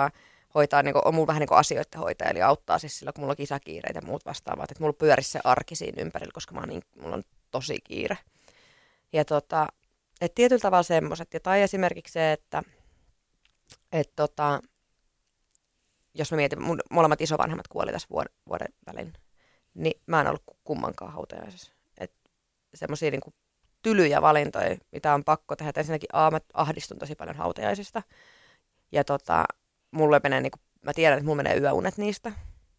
hoitaa, niin kuin, on mulla vähän niin kuin asioiden hoitaja, eli auttaa siis silloin, kun mulla on kisakiireitä ja muut vastaavat, että mulla pyörisi se arki siinä ympärillä, koska mulla on tosi kiire. Ja että tietyllä tavalla semmoiset, tai esimerkiksi se, että jos mä mietin, mun molemmat isovanhemmat kuoli tässä vuoden välin, niin mä en ollut kummankaan hautajaisessa. Että semmoisia niin kuin tylyjä valintoja, mitä on pakko tehdä. Ensinnäkin mä ahdistun tosi paljon hautajaisista. Ja mulle menee, niin kuin, mä tiedän, että mulla menee yöunet niistä.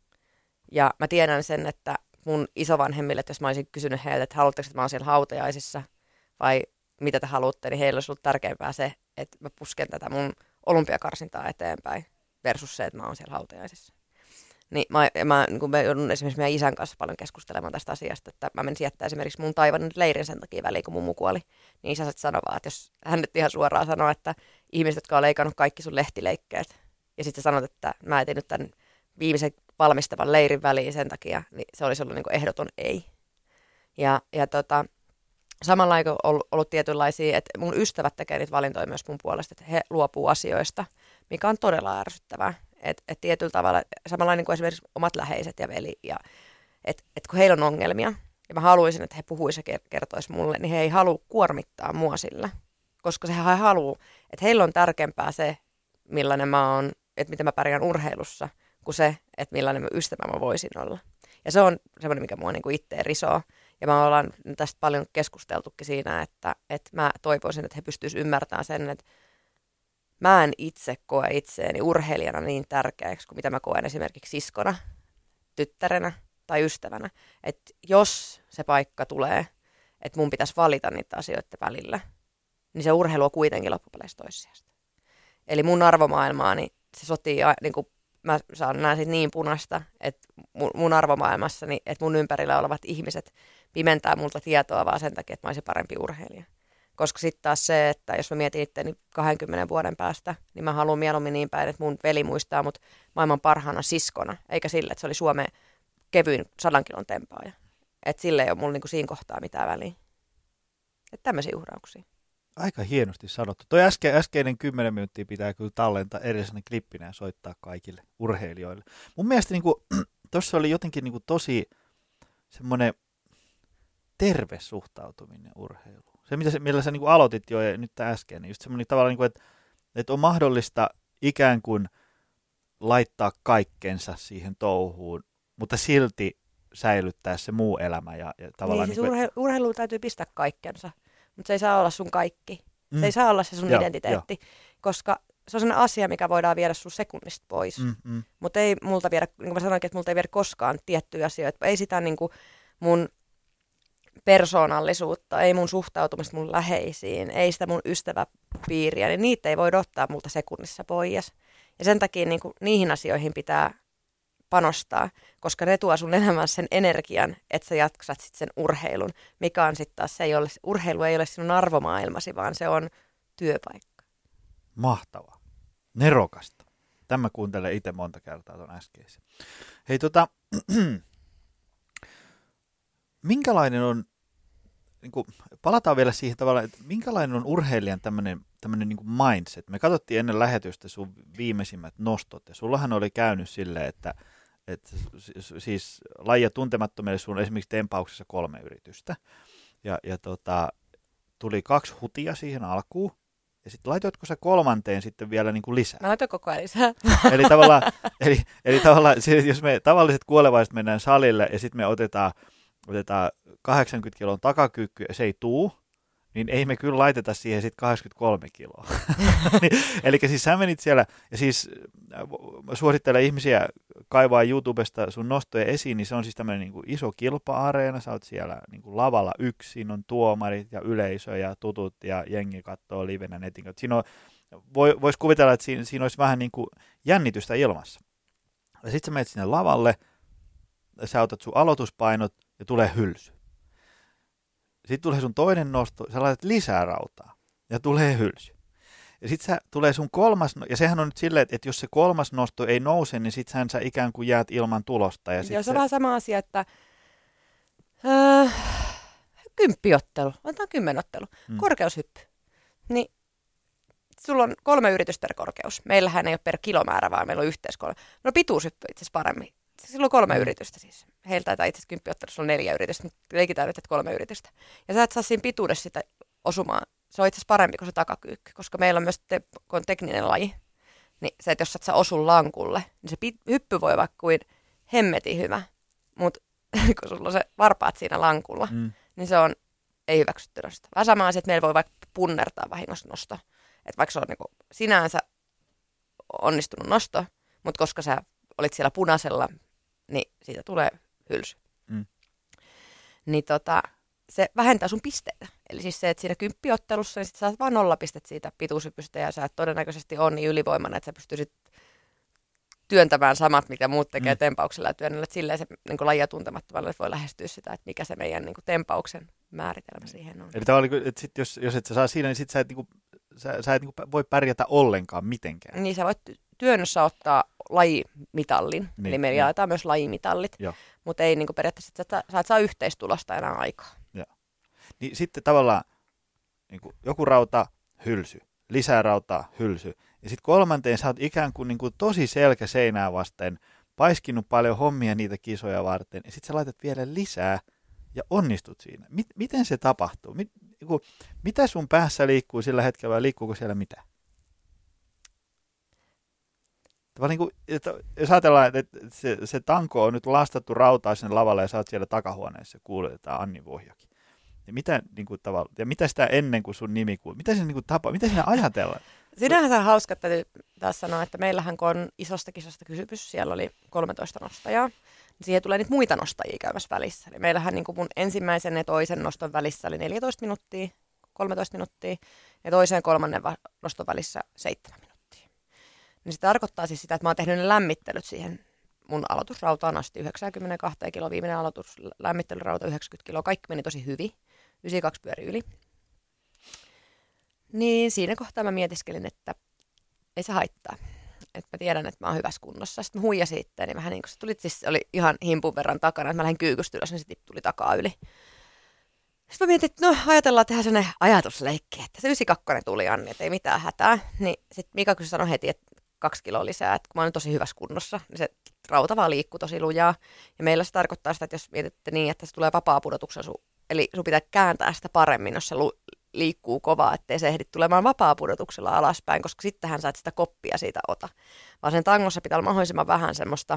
Ja mä tiedän sen, että mun isovanhemmille, että jos mä olisin kysynyt heiltä, että haluatteko, että mä oon siellä hautajaisissa vai mitä te haluatte, niin heillä olisi ollut tärkeämpää se, että mä pusken tätä mun olympiakarsintaa eteenpäin versus se, että mä oon siellä hautajaisissa. Niin kun mä joudun esimerkiksi meidän isän kanssa paljon keskustelemaan tästä asiasta, että mä menisin jättää esimerkiksi mun Taiwanin leirin sen takia väliin, kun mummu kuoli, niin isä sanoi vaan, että jos hän nyt ihan suoraan sanoo, että ihmiset, jotka on leikannut kaikki sun lehtileikkeet, ja sitten sanot, että mä etin nyt tämän viimeisen valmistavan leirin väliin sen takia, niin se olisi ollut niin kuin ehdoton ei. Ja samalla on ollut tietynlaisia, että mun ystävät tekee niitä valintoja myös mun puolesta, että he luopuu asioista, mikä on todella ärsyttävää. Että tietyllä tavalla, samalla niin kuin esimerkiksi omat läheiset ja veli, ja että kun heillä on ongelmia, ja mä haluaisin, että he puhuisivat ja kertoisivat mulle, niin he ei halua kuormittaa mua sillä. Koska he haluaa, että heillä on tärkeämpää se, millainen mä oon, että miten mä pärjään urheilussa, kuin se, että millainen ystävä mä voisin olla. Ja se on semmoinen, mikä mua niin kuin itse risoo. Ja me ollaan tästä paljon keskusteltukin siinä, että mä toivoisin, että he pystyisivät ymmärtämään sen, että mä en itse koe itseäni urheilijana niin tärkeäksi kuin mitä mä koen esimerkiksi siskona, tyttärenä tai ystävänä. Että jos se paikka tulee, että mun pitäisi valita niitä asioita välillä, niin se urheilu on kuitenkin loppupeleissä toissijasta. Eli mun arvomaailmaani se sotii, niin kuin mä näen siitä niin punaista, että mun arvomaailmassani, että mun ympärillä olevat ihmiset pimentää multa tietoa vaan sen takia, että mä olisin parempi urheilija. Koska sitten taas se, että jos mä mietin itteni 20 vuoden päästä, niin mä haluan mieluummin niin päin, että mun veli muistaa mut maailman parhaana siskona, eikä sille, että se oli Suomen kevyin 100 kilon tempaaja. Että sille ei ole mulla niinku siinä kohtaa mitään väliä. Että tämmöisiä uhrauksia. Aika hienosti sanottu. Toi äskeinen 10 minuuttia pitää kyllä tallentaa erillisenä klippinä ja soittaa kaikille urheilijoille. Mun mielestä niinku, tuossa oli jotenkin niinku tosi semmoinen terve suhtautuminen urheiluun. Se, millä sä niinku aloitit jo nyt äsken, niin just semmoinen tavalla, niinku, että on mahdollista ikään kuin laittaa kaikkensa siihen touhuun, mutta silti säilyttää se muu elämä. Ja tavallaan niin, siis urheiluun täytyy pistää kaikkensa, mutta se ei saa olla sun kaikki. Se ei saa olla se sun identiteetti, koska se on sellainen asia, mikä voidaan viedä sun sekunnista pois. Mutta ei multa viedä, niin kuin mä sanoinkin, että multa ei viedä koskaan tiettyjä asioita. Ei sitä niin kuin mun persoonallisuutta, ei mun suhtautumista mun läheisiin, ei sitä mun ystäväpiiriä, niin niitä ei voida ottaa multa sekunnissa pois. Ja sen takia niin kuin, niihin asioihin pitää panostaa, koska ne tuo sun elämään sen energian, että sä jaksat sit sen urheilun, mikä on sitten taas, urheilu ei ole sinun arvomaailmasi, vaan se on työpaikka. Mahtavaa. Nerokasta. Tämä kuuntelen itse monta kertaa tuon äskeisen. Hei minkälainen on, niin kuin, palataan vielä siihen tavalla, että minkälainen on urheilijan tämmöinen niin kuin mindset. Me katsottiin ennen lähetystä sun viimeisimmät nostot, ja sullahan oli käynyt silleen, että siis lajia tuntemattomille sun esimerkiksi tempauksessa 3 yritystä, ja tuli 2 hutia siihen alkuun, ja sitten laitoitko sä 3. sitten vielä niin kuin lisää? Mä laitoin koko ajan lisää. Eli tavallaan jos me tavalliset kuolevaiset mennään salille, ja sitten me otetaan 80 kilon takakyykky ja se ei tuu, niin ei me kyllä laiteta siihen sitten 83 kiloa. Eli siis sä menit siellä, ja siis suosittelen ihmisiä kaivaa YouTubesta sun nostoja esiin, niin se on siis tämmöinen niin kuin iso kilpa-areena, sä oot siellä niin kuin lavalla yksin, on tuomarit ja yleisö ja tutut ja jengi katsoo livenä netin kautta. Siinä voisi kuvitella, että siinä olisi vähän niin kuin jännitystä ilmassa. Ja sitten sä menet sinne lavalle, sä otat sun aloituspainot ja tulee hylsy. Sitten tulee sun toinen nosto, sä laitat lisää rautaa ja tulee hylsy. Ja sitten tulee sun 3. ja sehän on nyt silleen, että jos se 3. nosto ei nouse, niin sitten sä ikään kuin jäät ilman tulosta. Ja se on vähän sama asia, että 10 ottelu, otetaan 10 ottelu, korkeushyppy. Niin sulla on 3 yritystä per korkeus. Meillähän ei ole per kilomäärä, vaan meillä on yhteensä 3. No pituushyppy itse asiassa paremmin. Sillä on 3 yritystä siis. Heiltä taitaa itse asiassa kymppiottelussa on 4 yritystä, mutta leikitään nyt, että 3 yritystä. Ja sä et saa siinä pituudessa sitä osumaan. Se on itse asiassa parempi kuin se takakyykky, koska meillä on myös kun on tekninen laji, niin se, että jos et sä osu lankulle, niin se hyppy voi vaikka kuin hemmetin hyvä, mutta kun sulla on se varpaat siinä lankulla, niin se on ei hyväksytty nosto. Vähän sama asia, että meillä voi vaikka punnertaa vahingossa nosto. Että vaikka se on niin sinänsä onnistunut nosto, mutta koska sä olit siellä punaisella, niin siitä tulee hylsy. Niin se vähentää sun pisteitä. Eli siis se, että siinä 10-ottelussa niin sit saat vaan 0 pistettä siitä pituushypystä ja sä et todennäköisesti ole niin ylivoimainen, että sä pystyisit työntämään samat, mitä muut tekee tempauksella ja työnnöllä. Että silleen se niin lajia tuntemattomalla voi lähestyä sitä, että mikä se meidän niin tempauksen määritelmä siihen on. Eli tavallaan, että sit jos et sä saa siinä, niin sit sä et, sä et voi pärjätä ollenkaan mitenkään. Niin sä voit työnnössä ottaa lajimitallin, niin, eli meillä jaetaan myös lajimitallit, mutta ei niin periaatteessa, että sä et saa yhteistulosta enää aikaa. Joo. Niin sitten tavallaan niin joku rauta, hylsy, lisää rautaa, hylsy. Ja sitten kolmanteen sä oot ikään kuin, tosi selkä seinää vasten, paiskinut paljon hommia niitä kisoja varten, ja sitten sä laitat vielä lisää ja onnistut siinä. Miten se tapahtuu? Mitä sun päässä liikkuu sillä hetkellä vai liikkuuko siellä mitään? Jos ajatellaan, että se tanko on nyt lastattu rautaa sinne lavalle ja sä oot siellä takahuoneessa ja kuuletetaan Anni Vohjoki. Ja mitä sitä ennen kuin sun nimi kuuluu? Mitä siinä mitä siinä ajatellaan? Sinähän se on hauska, että taas sanoa, että meillähän kun on isosta kisasta kysymys, siellä oli 13 nostajaa, niin siihen tulee niitä muita nostajia käymässä välissä. Eli meillähän niin kuin mun ensimmäisen ja toisen noston välissä oli 14 minuuttia, 13 minuuttia, ja toisen ja kolmannen noston välissä 7 minuuttia. Niin se tarkoittaa siis sitä, että mä oon tehnyt ne lämmittelyt siihen mun aloitusrautaan asti 92 kiloa, viimeinen lämmittelyrauta 90 kiloa, kaikki meni tosi hyvin, 92 pyöri yli. Niin siinä kohtaa mä mietiskelin, että ei se haittaa, että mä tiedän, että mä oon hyvässä kunnossa. Sitten mä huijasin itteeni vähän niin kuin se tuli, siis oli ihan himpun verran takana, että mä lähdin kyykystä ylös, niin se tuli takaa yli. Sitten mä mietin, että no ajatellaan tehdä sellainen ajatusleikki, että se 92 tuli Anni, että ei mitään hätää. Niin sitten Mika kyllä sanoi heti, että 2 kiloa lisää, että kun mä oon tosi hyvässä kunnossa, niin se rauta vaan liikkuu tosi lujaa. Ja meillä se tarkoittaa sitä, että jos mietitte niin, että se tulee vapaapudotuksen eli sun pitää kääntää sitä paremmin, jos se liikkuu kovaa, ettei se ehdi tulemaan vapaapudotuksella alaspäin, koska sittenhän sä et sitä koppia siitä ota. Vaan sen tangossa pitää olla mahdollisimman vähän semmoista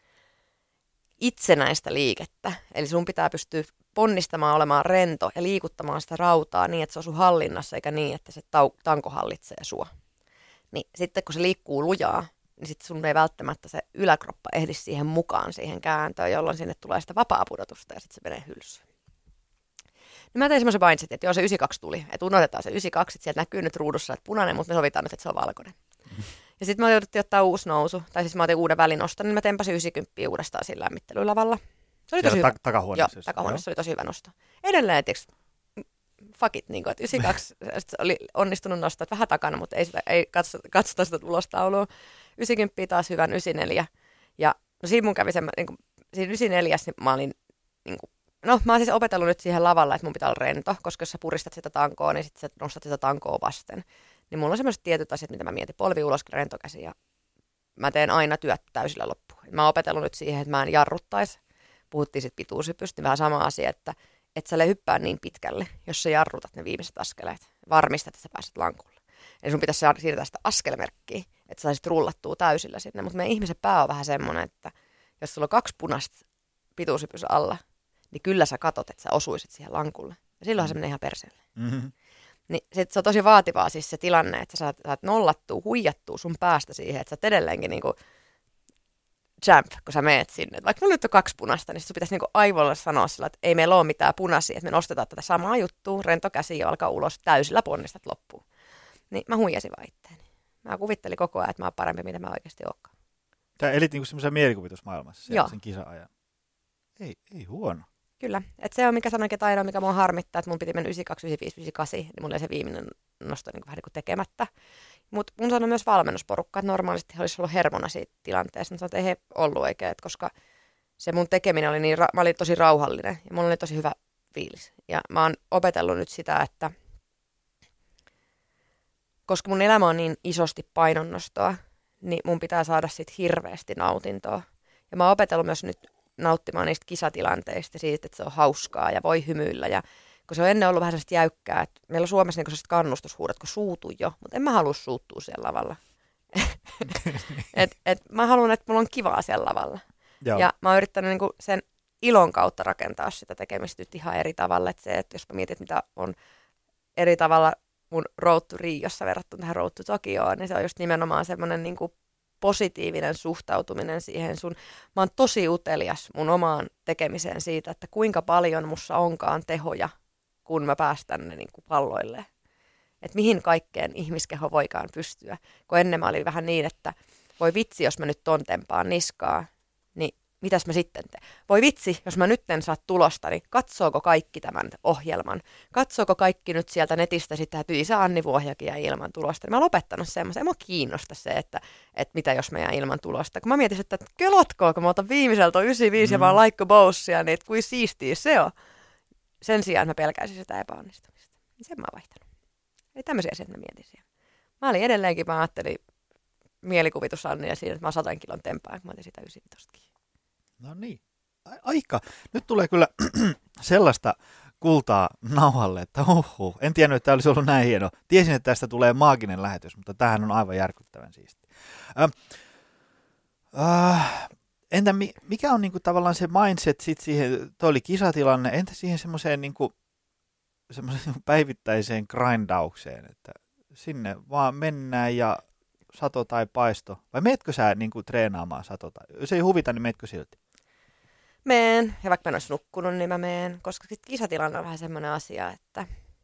itsenäistä liikettä. Eli sun pitää pystyä ponnistamaan, olemaan rento ja liikuttamaan sitä rautaa niin, että se on sun hallinnassa, eikä niin, että se tanko hallitsee sua. Niin sitten kun se liikkuu lujaa, niin sitten sun ei välttämättä se yläkroppa ehdi siihen mukaan siihen kääntöön, jolloin sinne tulee sitä vapaapudotusta ja sitten se menee hylsyyn. Niin mä tein semmoisen mindsetin, että joo se 92 tuli, että unohdetaan se 92, että sieltä näkyy nyt ruudussa, että punainen, mutta me sovitaan nyt, että se on valkoinen. Ja sitten mä jouduttiin ottaa uusi nousu, tai siis mä otin uuden välinoston, niin mä tempasin 90 uudestaan sillä lämmittelylavalla. Se oli tosi hyvä. Takahuoneessa. Joo, takahuoneessa oli tosi hyvä nosto. Edelleen, tiiäks, fuck it, niin kuin, että 92 oli onnistunut nostaa vähän takana, mutta ei katsota sitä tulostaulua. 90 taas hyvän 94. Ja no siinä mun kävi sen, niin kuin, siinä 94 niin mä olin, niin kuin, no mä oon siis opetellut nyt siihen lavalla, että mun pitää olla rento, koska jos sä puristat sitä tankoa, niin sitten sä nostat sitä tankoa vasten. Niin mulla on semmoiset tietyt asiat, mitä mä mietin, polvi ulos, rentokäsi ja mä teen aina työt täysillä loppuun. Mä oon opetellut nyt siihen, että mä en jarruttaisi. Puhuttiin sitten pituushypystä, niin vähän sama asia, että et sä hyppää niin pitkälle, jos sä jarrutat ne viimeiset askeleet. Varmistat, että sä pääset lankulle. Eli sun pitäisi siirtää sitä askelmerkkiä, että sä saisit rullattua täysillä sinne. Mutta meidän ihmisen pää on vähän semmoinen, että jos sulla on 2 punaista pituushypyssä alla, niin kyllä sä katot, että sä osuisit siihen lankulle. Ja silloinhan se menee ihan perseelle. Mm-hmm. Niin se on tosi vaativaa siis se tilanne, että sä saat nollattua, huijattua sun päästä siihen, että sä oot edelleenkin niinku champ, kun sä meet sinne. Vaikka mulla nyt on 2 punaista, niin sun pitäisi niinku aivolle sanoa sillä, että ei meillä ole mitään punaisia, että me nostetaan tätä samaa juttua, rento käsi ja alkaa ulos, täysillä ponnistat loppuun. Niin mä huijasin vaan itteeni. Mä kuvittelin koko ajan, että mä oon parempi, mitä mä oikeasti oonkaan. Tää elit niinku semmoisen mielikuvitusmaailmassa sen kisa-ajan. Ei huono. Kyllä, että se on mikä sanoinkin, että ainoa mikä mua harmittaa, että mun piti mennä 92, 95, 98, niin mulla oli se viimeinen nosto niin vähän niin kuin tekemättä. Mutta mun sanoi myös valmennusporukka, että normaalisti he olisi ollut hermona siitä tilanteesta, mutta sanoin, että ei he ollut oikein, koska se mun tekeminen oli niin, mä olin tosi rauhallinen ja mulla oli tosi hyvä fiilis. Ja mä oon opetellut nyt sitä, että koska mun elämä on niin isosti painonnostoa, niin mun pitää saada siitä hirveästi nautintoa. Ja mä oon opetellut myös nyt nauttimaan niistä kisatilanteista, siitä, että se on hauskaa ja voi hymyillä. Ja kun se on ennen ollut vähän sellaista jäykkää, että meillä on Suomessa niin sellaiset kannustushuudot, kun suutuu jo, mutta en mä halua suuttua siellä lavalla. Mä haluan, että mulla on kivaa siellä lavalla. Joo. Ja mä oon yrittänyt niin kuin sen ilon kautta rakentaa sitä tekemistä nyt ihan eri tavalla. Että se, että jos mä mietin, että mitä on eri tavalla mun Road to Riossa verrattuna tähän Road to Tokioon, niin se on just nimenomaan semmoinen niin kuin positiivinen suhtautuminen siihen mä oon tosi utelias mun omaan tekemiseen siitä, että kuinka paljon mussa onkaan tehoja, kun mä päästän ne niin kuin palloille. Että mihin kaikkeen ihmiskeho voikaan pystyä. Kun ennen mä olin vähän niin, että voi vitsi, jos mä nyt ton tempaan niskaa, niin mitäs mä sitten teen? Voi vitsi, jos mä nyt en saa tulosta, niin katsooko kaikki tämän ohjelman? Katsooko kaikki nyt sieltä netistä sitä, että se Anni Vuohjakin jäi ilman tulosta? Niin mä oon lopettanut semmoisen. Ei mua kiinnosta se, että mitä jos mä jään ilman tulosta. Kun mä mietin, että kelotkoon, kun mä otan viimeiseltä 95 ja vaan Laikko Boussia, niin kuin siistiä se on. Sen sijaan, että mä pelkäisin sitä epäonnistumista. Niin sen mä oon vaihtanut. Eli tämmöisiä asioita mä mietin siellä. Mä olin edelleenkin, mä ajattelin mielikuvitus Annia siinä, että mä oon 100 kilon tempaa, kun mä otin sitä 95. No niin. Aika. Nyt tulee kyllä sellaista kultaa nauhalle, että en tiennyt, että tämä olisi ollut näin hieno. Tiesin, että tästä tulee maaginen lähetys, mutta tämähän on aivan järkyttävän siisti. Entä mikä on niinku tavallaan se mindset sit siihen, toi oli kisatilanne, entä siihen semmoiseen niinku päivittäiseen grindaukseen, että sinne vaan mennään ja sato tai paisto, vai meetkö sä niinku treenaamaan sato tai, jos ei huvita, niin meetkö silti? Meen, ja vaikka mä en olisi nukkunut, niin mä meen, koska kisatilanne on vähän semmoinen asia, että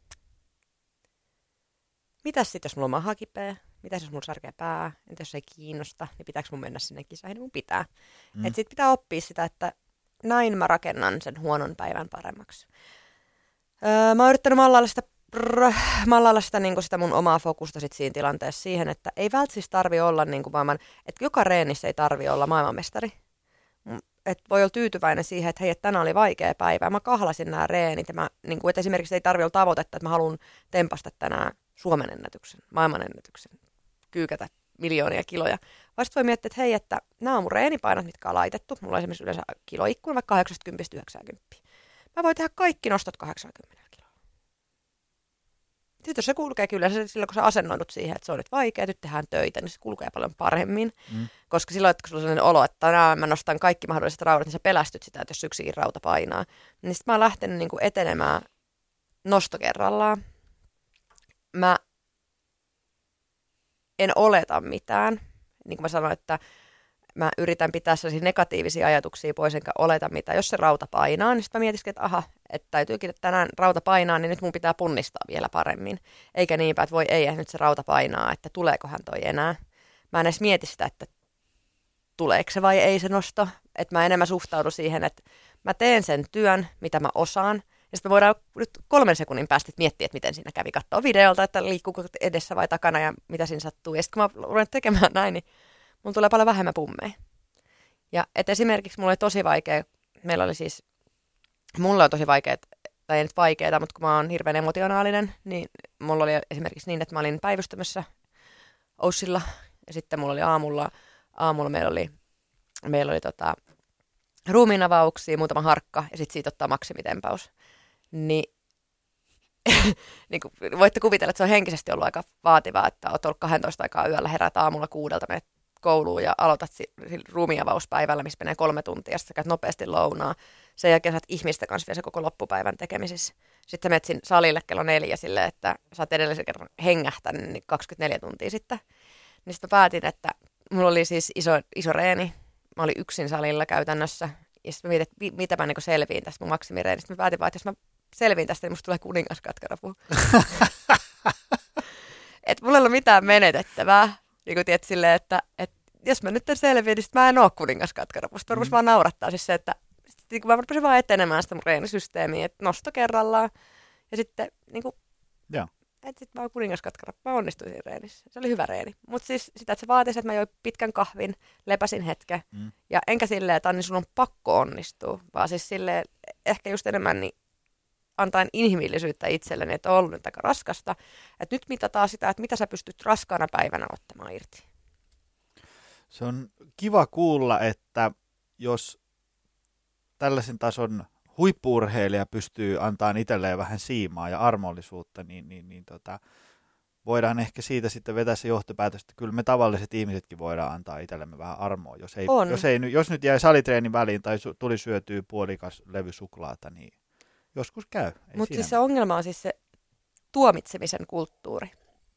mitäs sitten, jos mulla on maha kipeä, mitäs jos mulla särkee pää, entä jos ei kiinnosta, niin pitääkö mun mennä sinne kisaihin, niin mun pitää. Että sit pitää oppia sitä, että näin mä rakennan sen huonon päivän paremmaksi. Mä oon yrittänyt mallailla sitä, niin sitä mun omaa fokusta sit siinä tilanteessa siihen, että ei välttämättä tarvi olla niin että joka reenissä ei tarvi olla maailmanmestari. Että voi olla tyytyväinen siihen, että hei, että tänään oli vaikea päivä. Mä kahlasin nämä reenit ja että esimerkiksi ei tarvi olla tavoitetta, että mä haluan tempasta tänään Suomen ennätyksen, maailman ennätyksen, kyykätä miljoonia kiloja. Vaan voi miettiä, että hei, että nämä on mun reenipainot, mitkä on laitettu. Mulla on esimerkiksi yleensä kiloikkuna vaikka 80-90. Mä voin tehdä kaikki nostot 80 kiloa. Sitten jos se kulkee kyllä, silloin kun sä asennoidut siihen, että se on nyt vaikea, nyt tehdään töitä, niin se kulkee paljon paremmin. Koska silloin, että kun sulla on sellainen olo, että mä nostan kaikki mahdolliset raudat, niin sä pelästyt sitä, että jos yksikin rauta painaa. Niin sitten mä oon lähtenyt niin kuin etenemään nosto kerrallaan. Mä en oleta mitään. Niin kuin mä sanoin, että mä yritän pitää sellaisia negatiivisia ajatuksia pois, enkä oleta mitään. Jos se rauta painaa, niin sitten mä mietiskin, että että täytyykin, että tänään rauta painaa, niin nyt mun pitää punnistaa vielä paremmin. Eikä niinpä, että voi ei, nyt se rauta painaa, että tuleekohan toi enää. Mä en edes mieti sitä, että tuleeko se vai ei se nosto. Että mä enemmän suhtaudun siihen, että mä teen sen työn, mitä mä osaan. Ja sitten me voidaan nyt 3 sekunnin päästä miettiä, että miten siinä kävi, katsoa videolta, että liikkuuko edessä vai takana ja mitä siinä sattuu. Ja sitten kun mä ruven tekemään näin, niin mulla tulee paljon vähemmän pummeja. Ja et esimerkiksi mulla oli tosi vaikea, mulla on tosi vaikea, tai ei nyt vaikeaa, mutta kun mä oon hirveän emotionaalinen, niin mulla oli esimerkiksi niin, että mä olin päivystämässä Oussilla, ja sitten mulla oli aamulla meillä oli ruumiinavauksia, muutama harkka, ja sitten siitä ottaa maksimitempaus. Niin voitte kuvitella, että se on henkisesti ollut aika vaativaa, että oot ollut 12 aikaa yöllä, herät aamulla 6, menet kouluun ja aloitat ruumiinavauspäivällä, missä menee 3 tuntia, ja sitten käyt nopeasti lounaa. Sen jälkeen sä oot ihmisten kanssa vielä se koko loppupäivän tekemisissä. Sitten sä menet sinne salille kello 4 silleen, että sä oot edellisen kerran hengähtänyt niin 24 tuntia sitten. Niin sitten mä päätin, että mulla oli siis iso reeni. Mä olin yksin salilla käytännössä. Ja sitten mä mietin, että mitä mä niin selviin tästä mun maksimireenistä. Mä päätin vaan, että jos mä selviin tästä, niin musta tulee kuningaskatkarapu. Että mulla ei ole mitään menetettävää. Niin kuin tiedät silleen, että jos mä nyt selviin, niin sitten mä en oo kuningaskatkarapu. Sitten varmasti vaan naurattaa siis se, että niin mä rupesin vaan etenemään sitä mun reenisysteemiä, että nosto kerrallaan. Ja sitten niin kuin, että sitten mä oon kuningaskatkarapu. Mä onnistuin siinä reenissä. Se oli hyvä reeni. Mutta siis sitä, että se vaatisi, että mä join pitkän kahvin, lepäsin hetken. Ja enkä silleen, että Anni, sun on pakko onnistua. Vaan siis silleen, ehkä just enemmän niin antaen inhimillisyyttä itselleni, että on ollut nyt aika raskasta. Että nyt mitataan sitä, että mitä sä pystyt raskaana päivänä ottamaan irti. Se on kiva kuulla, että jos tällaisen tason huippu-urheilija pystyy antamaan itselleen vähän siimaa ja armollisuutta, niin voidaan ehkä siitä sitten vetää se johtopäätös, että kyllä me tavalliset ihmisetkin voidaan antaa itsellemme vähän armoa. Jos nyt jäi salitreenin väliin tai tuli syötyä puolikas levy suklaata, niin joskus käy. Mutta siis se ongelma on siis se tuomitsemisen kulttuuri.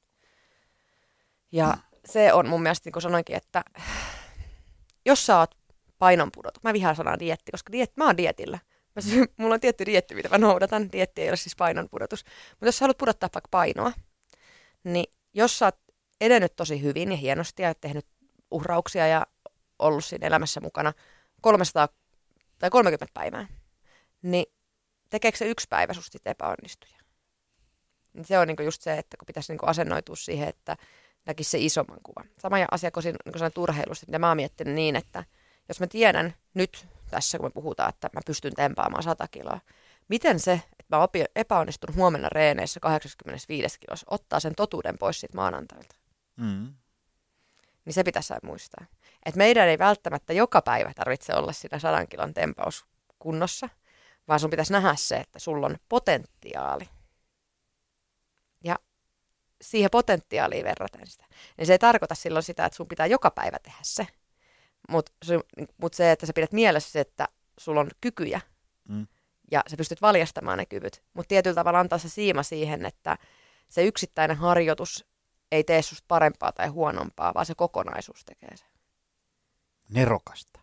Ja se on mun mielestä, niin kuin sanoinkin, että jos sä oot painonpudotus, mä vihaan sanaa dieetti, koska mä oon dietillä. Mulla on tietty dieetti, mitä mä noudatan. Dieetti ei ole siis painonpudotus. Mutta jos sä haluat pudottaa vaikka painoa, niin jos sä oot edennyt tosi hyvin ja hienosti ja tehnyt uhrauksia ja ollut siinä elämässä mukana 300 tai 30 päivää, niin tekeekö se yksi päivä susta sitten epäonnistuja? Niin se on niinku just se, että kun pitäisi niinku asennoitua siihen, että näkisi se isomman kuvan. Sama asia kuin sanoit urheilusta, mitä mä oon miettinyt niin, että jos mä tiedän nyt tässä, kun me puhutaan, että mä pystyn tempaamaan 100 kiloa, miten se, että mä epäonnistun huomenna reeneissä 85 kilossa, ottaa sen totuuden pois siitä maanantailta? Niin se pitäisi muistaa. Että meidän ei välttämättä joka päivä tarvitse olla siinä 100 kilon tempaus kunnossa, vaan sun pitäisi nähdä se, että sulla on potentiaali. Ja siihen potentiaaliin verraten sitä. Niin se ei tarkoita silloin sitä, että sun pitää joka päivä tehdä se. Mutta se, että sä pidät mielessä se, että sulla on kykyjä ja sä pystyt valjastamaan ne kyvyt. Mutta tietyllä tavalla antaa se siima siihen, että se yksittäinen harjoitus ei tee susta parempaa tai huonompaa, vaan se kokonaisuus tekee sen. Nerokasta.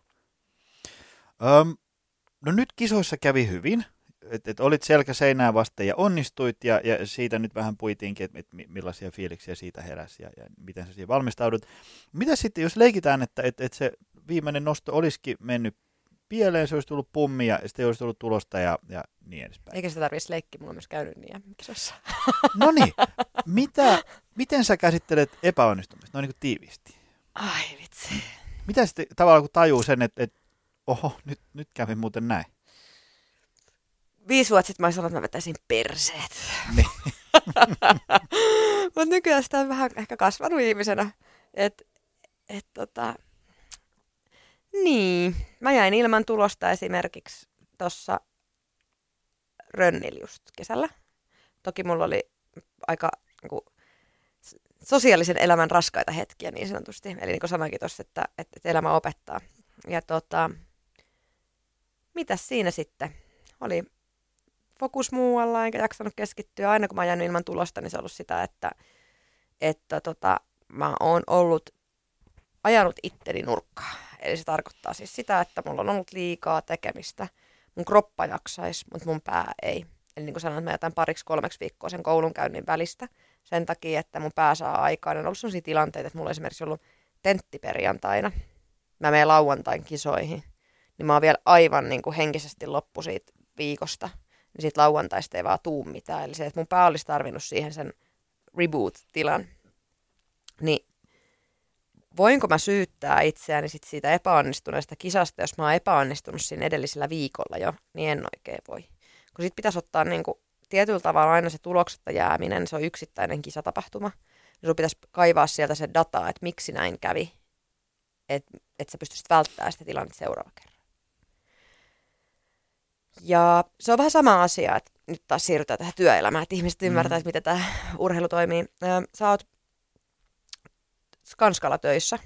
No nyt kisoissa kävi hyvin, että olit selkä seinää vasten ja onnistuit ja siitä nyt vähän puitiinkin, että millaisia fiiliksiä siitä heräsi ja miten sä siihen valmistaudut. Mitä sitten, jos leikitään, että se viimeinen nosto olisikin mennyt pieleen, se olisi tullut pummia ja sitten ei olisi tullut tulosta ja niin edespäin. Eikä sitä tarvitsisi leikkiä, mulla on myös käynyt niin kisossa. No niin, miten sä käsittelet epäonnistumista, niin kuin tiiviisti? Ai vitsi. Mitä sitten tavallaan kun tajuu sen, että oho, nyt kävi muuten näin? 5 vuotta sitten mä sanoin, että mä vetäisin perseet. Niin. Mutta nykyään sitä on vähän ehkä kasvanut ihmisenä. Niin, mä jäin ilman tulosta esimerkiksi tuossa Rönnillä just kesällä. Toki mulla oli aika niin sosiaalisen elämän raskaita hetkiä niin sanotusti. Eli niin kuin sanoinkin tuossa, että elämä opettaa. Ja mitäs siinä sitten? Oli fokus muualla, enkä jaksanut keskittyä. Aina kun mä oon jäänyt ilman tulosta, niin se on ollut sitä, että mä oon ajanut itteni nurkkaan. Eli se tarkoittaa siis sitä, että mulla on ollut liikaa tekemistä. Mun kroppa jaksaisi, mutta mun pää ei. Eli niin kuin sanoin, että mä jätän 2-3 viikkoa sen koulunkäynnin välistä. Sen takia, että mun pää saa aikaan. On ollut sellaisia tilanteita, että mulla on esimerkiksi ollut tenttiperjantaina. Mä menen lauantain kisoihin. Niin mä oon vielä aivan niin kuin henkisesti loppu siitä viikosta. Niin siitä lauantaista ei vaan tuu mitään. Eli se, että mun pää olisi tarvinnut siihen sen reboot-tilan. Niin voinko mä syyttää itseäni sit siitä epäonnistuneesta kisasta, jos mä oon epäonnistunut siinä edellisellä viikolla jo, niin en oikein voi. Kun sit pitäisi ottaa niinku tietyllä tavalla aina se tuloksetta jääminen, se on yksittäinen kisatapahtuma. Niin sun pitäisi kaivaa sieltä se dataa, että miksi näin kävi, että sä pystyisit välttämään sitä tilannetta seuraava kerran. Ja se on vähän sama asia, että nyt taas siirrytään tähän työelämään, että ihmiset ymmärtää, että miten tämä urheilu toimii. Sä oot Skanskalla töissä,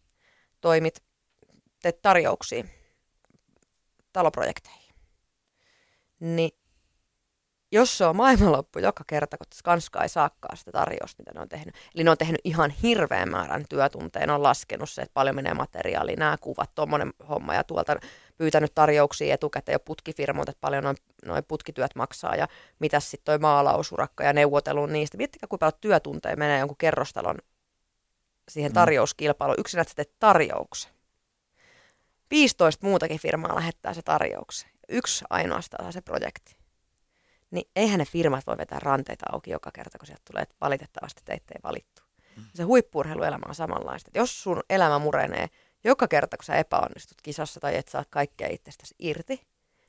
teet tarjouksia taloprojekteihin. Niin jos se on maailmanloppu joka kerta, kun Skanska ei saakaan sitä tarjousta, mitä ne on tehnyt. Eli ne on tehnyt ihan hirveän määrän työtunteja, ne on laskenut se, että paljon menee materiaalia, nämä kuvat, tuommoinen homma ja tuolta pyytänyt tarjouksia etukäteen jo putkifirmoilta, että paljon noin putkityöt maksaa ja mitäs sitten toi maalausurakka ja neuvotelun niistä. Miettikää, kuinka paljon työtunteja menee jonkun kerrostalon siihen tarjouskilpailuun. Yksin että sä teet tarjouksen. 15 muutakin firmaa lähettää se tarjouksen. Yksi ainoastaan se projekti. Niin eihän ne firmat voi vetää ranteita auki joka kerta, kun sieltä tulee, että valitettavasti teitä ei valittu. Se huippu-urheiluelämä on samanlaista. Että jos sun elämä murenee joka kerta, kun sä epäonnistut kisassa tai et saa kaikkea itsestäsi irti,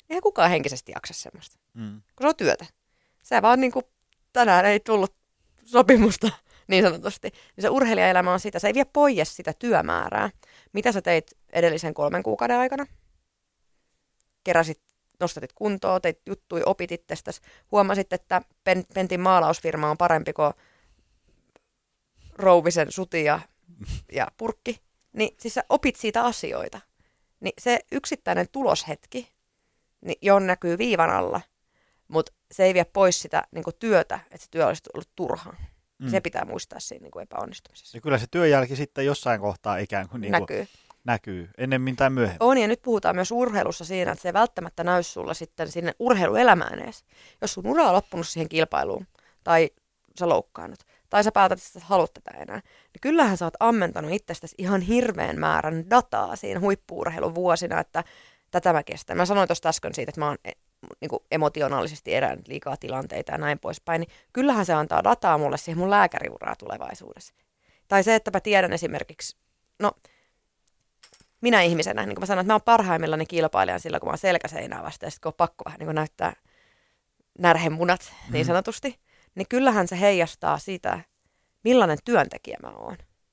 Eihän kukaan henkisesti jaksa semmoista, Mm. kun se on työtä. Se vaan niin kuin tänään ei tullut sopimusta niin sanotusti. Niin se urheilijaelämä on sitä, se ei vie pois sitä työmäärää. Mitä sä teit edellisen 3 kuukauden aikana? Keräsit, nostatit kuntoon, teit juttui, opit itsestäsi. Huomasit, että Pentin maalausfirma on parempi kuin Rouvisen suti ja purkki. Niin siis sä opit siitä asioita. Niin se yksittäinen tuloshetki, niin jo näkyy viivan alla, mutta se ei vie pois sitä niin kuin työtä, että se työ olisi ollut turhaa. Se pitää muistaa siinä niin kuin epäonnistumisessa. Ja kyllä se työjälki sitten jossain kohtaa ikään kuin, näkyy ennemmin tai myöhemmin. On, ja nyt puhutaan myös urheilussa siinä, että se ei välttämättä näy sulla sitten sinne urheiluelämään edes. Jos sun ura on loppunut siihen kilpailuun, tai sä loukkaannut, tai sä päätät, että sä haluat tätä enää, niin kyllähän sä oot ammentanut itsestäsi ihan hirveän määrän dataa siinä huippu-urheilun vuosina, että tätä mä kestän. Mä sanoin tuossa äsken siitä, että mä oon niin kuin emotionaalisesti erännyt liikaa tilanteita ja näin poispäin, niin kyllähän se antaa dataa mulle siihen mun lääkäriuraa tulevaisuudessa. Tai se, että mä tiedän esimerkiksi, no minä ihmisenä, niin kuin mä sanon, että mä oon parhaimmillani kilpailijan sillä, kun mä oon selkäseinää vasta, ja sitten kun on pakko vähän niin kuin näyttää närhemunat niin sanotusti, niin kyllähän se heijastaa sitä, millainen työntekijä mä oon.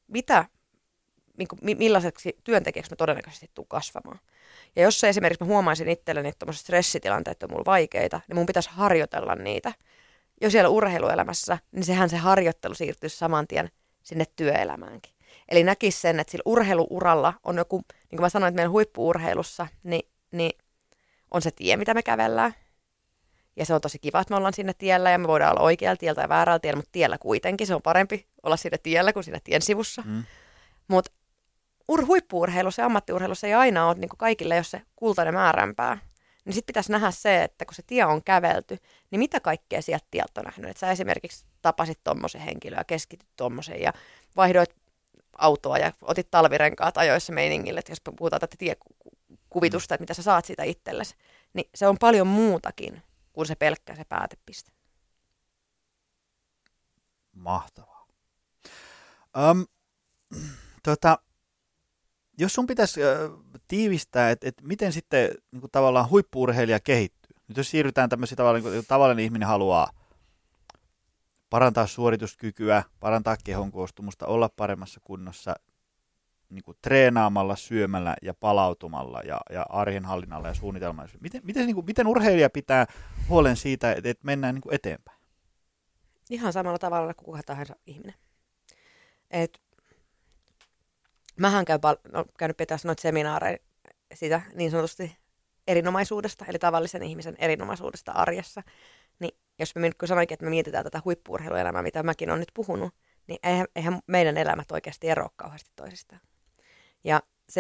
Millaiseksi työntekijäksi mä todennäköisesti tuun kasvamaan. Ja jos se esimerkiksi mä huomaisin itselleni, että tommoset stressitilanteet on mulla vaikeita, niin mun pitäisi harjoitella niitä. Jo siellä urheiluelämässä, niin sehän se harjoittelu siirtyisi saman tien sinne työelämäänkin. Eli näkisi sen, että sillä urheiluuralla on joku, niin kuin mä sanoin, että meillä huippu-urheilussa, niin on se tie, mitä me kävellään. Ja se on tosi kiva, että me ollaan siinä tiellä ja me voidaan olla oikealla tiellä tai väärällä tiellä, mutta tiellä kuitenkin. Se on parempi olla siinä tiellä kuin siinä tien sivussa. Mutta huippu-urheilussa ja ammattiurheilussa ei aina ole niin kuin kaikille, jos se kultainen määränpää. Niin sitten pitäisi nähdä se, että kun se tie on kävelty, niin mitä kaikkea sieltä tieltä on nähnyt. Että sä esimerkiksi tapasit tommosen henkilöä, keskityt tommosen ja vaihdoit autoa ja otit talvirenkaat ajoissa meiningille, että jos puhutaan tätä tiekuvitusta, että mitä sä saat siitä itsellesi, niin se on paljon muutakin kuin se pelkkä se päätepiste. Mahtavaa. Jos sun pitäisi tiivistää, että miten sitten niin kuin tavallaan huippu-urheilija kehittyy. Nyt jos siirrytään tämmöisiä tavallinen ihminen haluaa parantaa suorituskykyä, parantaa kehon koostumusta, olla paremmassa kunnossa niin kuin treenaamalla, syömällä ja palautumalla ja arjen hallinnalla ja suunnitelmalla. Miten urheilija pitää huolen siitä, että mennään niin kuin eteenpäin? Ihan samalla tavalla kuin kuka tahansa ihminen. Mähän käynyt pitäisi noita seminaareja siitä niin sanotusti erinomaisuudesta, eli tavallisen ihmisen erinomaisuudesta arjessa. Niin jos me kun sanoinkin, että me mietitään tätä huippu-urheiluelämää, mitä mäkin olen nyt puhunut, niin eihän meidän elämät oikeasti eroa kauheasti toisistaan. Ja se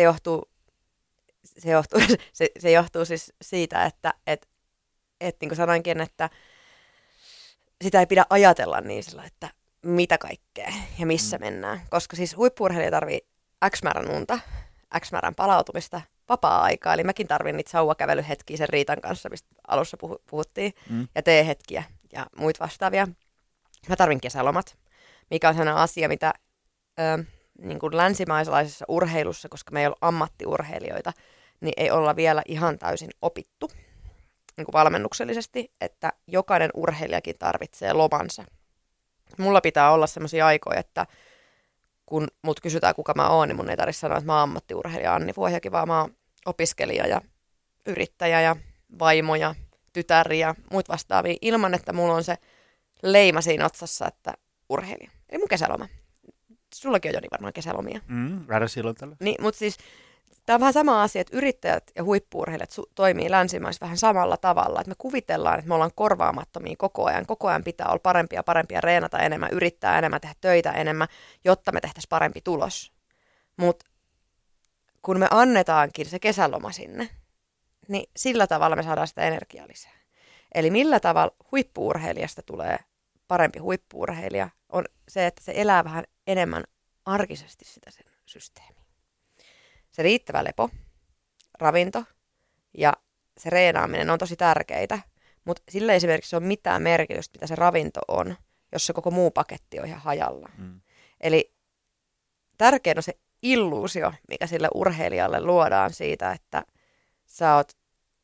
johtuu siis siitä, että niin kuin sanoinkin, että sitä ei pidä ajatella niin sillä, että mitä kaikkea ja missä mennään. Koska siis huippu-urheilija tarvii X määrän unta, X määrän palautumista, vapaa-aikaa. Eli mäkin tarvin niitä sauvakävelyhetkiä sen Riitan kanssa, mistä alussa puhuttiin, ja teehetkiä ja muita vastaavia. Mä tarvin kesälomat, mikä on sellainen asia, mitä niin kuin länsimaisalaisessa urheilussa, koska me ei ole ammattiurheilijoita, niin ei olla vielä ihan täysin opittu niin kuin valmennuksellisesti, että jokainen urheilijakin tarvitsee lomansa. Mulla pitää olla sellaisia aikoja, että kun mut kysytään, kuka mä oon, niin mun ei tarvitse sanoa, että mä oon ammattiurheilija Anni Vuohiakin, vaan mä oon opiskelija ja yrittäjä ja vaimo ja tytär ja muut vastaavia, ilman että mulla on se leima siinä otsassa, että urheilija. Eli mun kesäloma. Sullakin on jo niin varmaan kesälomia. Väärä silloin tällä. Niin, mutta siis tämä on vähän sama asia, että yrittäjät ja huippu-urheilijat toimii länsimaissa vähän samalla tavalla. Että me kuvitellaan, että me ollaan korvaamattomia koko ajan. Koko ajan pitää olla parempia, reenata enemmän, yrittää enemmän, tehdä töitä enemmän, jotta me tehtäisiin parempi tulos. Mutta kun me annetaankin se kesäloma sinne, niin sillä tavalla me saadaan sitä energiaa lisää. Eli millä tavalla huippu-urheilijasta tulee parempi huippu-urheilija, on se, että se elää vähän enemmän arkisesti sitä sen systeemiä. Se riittävä lepo, ravinto ja se reenaaminen on tosi tärkeitä, mutta sillä ei esimerkiksi ole mitään merkitystä, mitä se ravinto on, jos se koko muu paketti on ihan hajalla. Eli tärkein on se illuusio, mikä sille urheilijalle luodaan siitä, että sä oot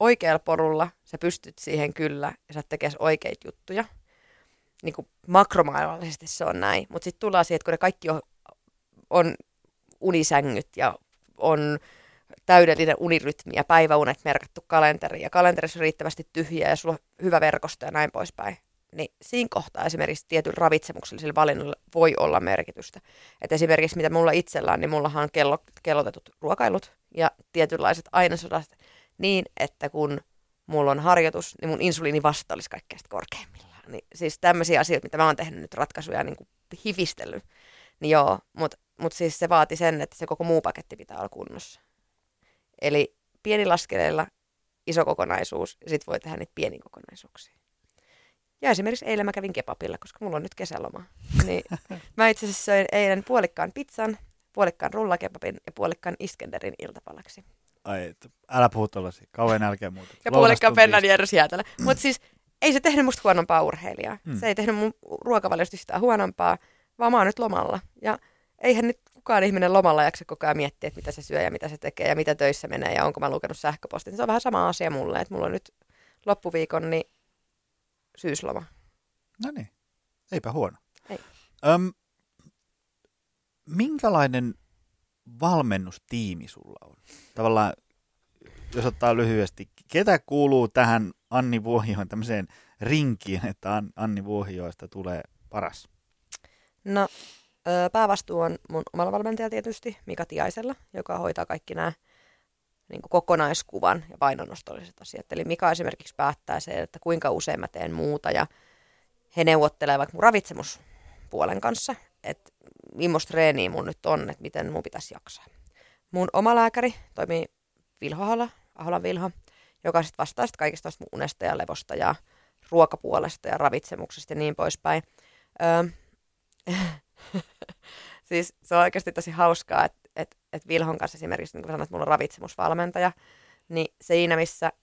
oikealla porulla, sä pystyt siihen kyllä ja sä tekee oikeita juttuja. Niin kuin makromaailmallisesti se on näin. Mutta sitten tullaan siihen, että kun ne kaikki on unisängyt ja on täydellinen unirytmi ja päiväunet merkattu kalenteriin ja kalenterissa on riittävästi tyhjiä ja sulla on hyvä verkosto ja näin poispäin. Niin siinä kohtaa esimerkiksi tietyllä ravitsemuksellisilla valinnoilla voi olla merkitystä. Et esimerkiksi mitä mulla itsellä on, niin mullahan on kellotetut ruokailut ja tietynlaiset ainesodat niin, että kun mulla on harjoitus, niin mun insuliinivasta olisi kaikkein korkeimmillaan. Niin siis tämmöisiä asioita, mitä mä oon tehnyt nyt ratkaisuja niin kuin hifistellyt, niin joo, mutta siis se vaati sen, että se koko muu paketti pitää olla kunnossa. Eli pieni laskeleilla iso kokonaisuus ja sit voi tehdä niitä pieniä kokonaisuuksia. Ja esimerkiksi eilen mä kävin kebabilla, koska mulla on nyt kesäloma. Niin mä itse asiassa söin eilen puolikkaan pizzan, puolikkaan rullakebabin ja puolikkaan Iskenderin iltapalaksi. Ai, älä puhu tollasia. Kauhean nälkeä muuta. Ja puolikkaan Pennan Jerry-jäätelö. Mutta siis ei se tehnyt musta huonompaa urheilijaa. Se ei tehnyt mun ruokavaliosta yhtään huonompaa, vaan mä oon nyt lomalla. Ja eihän nyt kukaan ihminen lomalla jaksa koko ajan miettiä, että mitä se syö ja mitä se tekee ja mitä töissä menee ja onko mä lukenut sähköpostin. Se on vähän sama asia mulle, että mulla on nyt loppuviikon niin syysloma. No niin, eipä huono. Ei. Minkälainen valmennustiimi sulla on? Tavallaan, jos ottaa lyhyesti, ketä kuuluu tähän Anni Vuohioon tämmöiseen rinkiin, että Anni Vuohioista tulee paras? No, päävastuu on mun omalla valmentajalla tietysti, Mika Tiaisella, joka hoitaa kaikki nämä niin kuin kokonaiskuvan ja painonnostolliset asiat. Eli Mika esimerkiksi päättää sen, että kuinka usein mä teen muuta ja he neuvottelevat vaikka mun ravitsemuspuolen kanssa, että millaista treeniä mun nyt on, että miten mun pitäisi jaksaa. Mun oma lääkäri toimii Vilho Aholan Vilho, joka sitten vastaa sit kaikista mun unesta ja levosta ja ruokapuolesta ja ravitsemuksesta ja niin poispäin. Siis se on oikeasti tosi hauskaa, että Vilhon kanssa esimerkiksi, niin kuin sanoin, että mulla on ravitsemusvalmentaja, niin siinä missä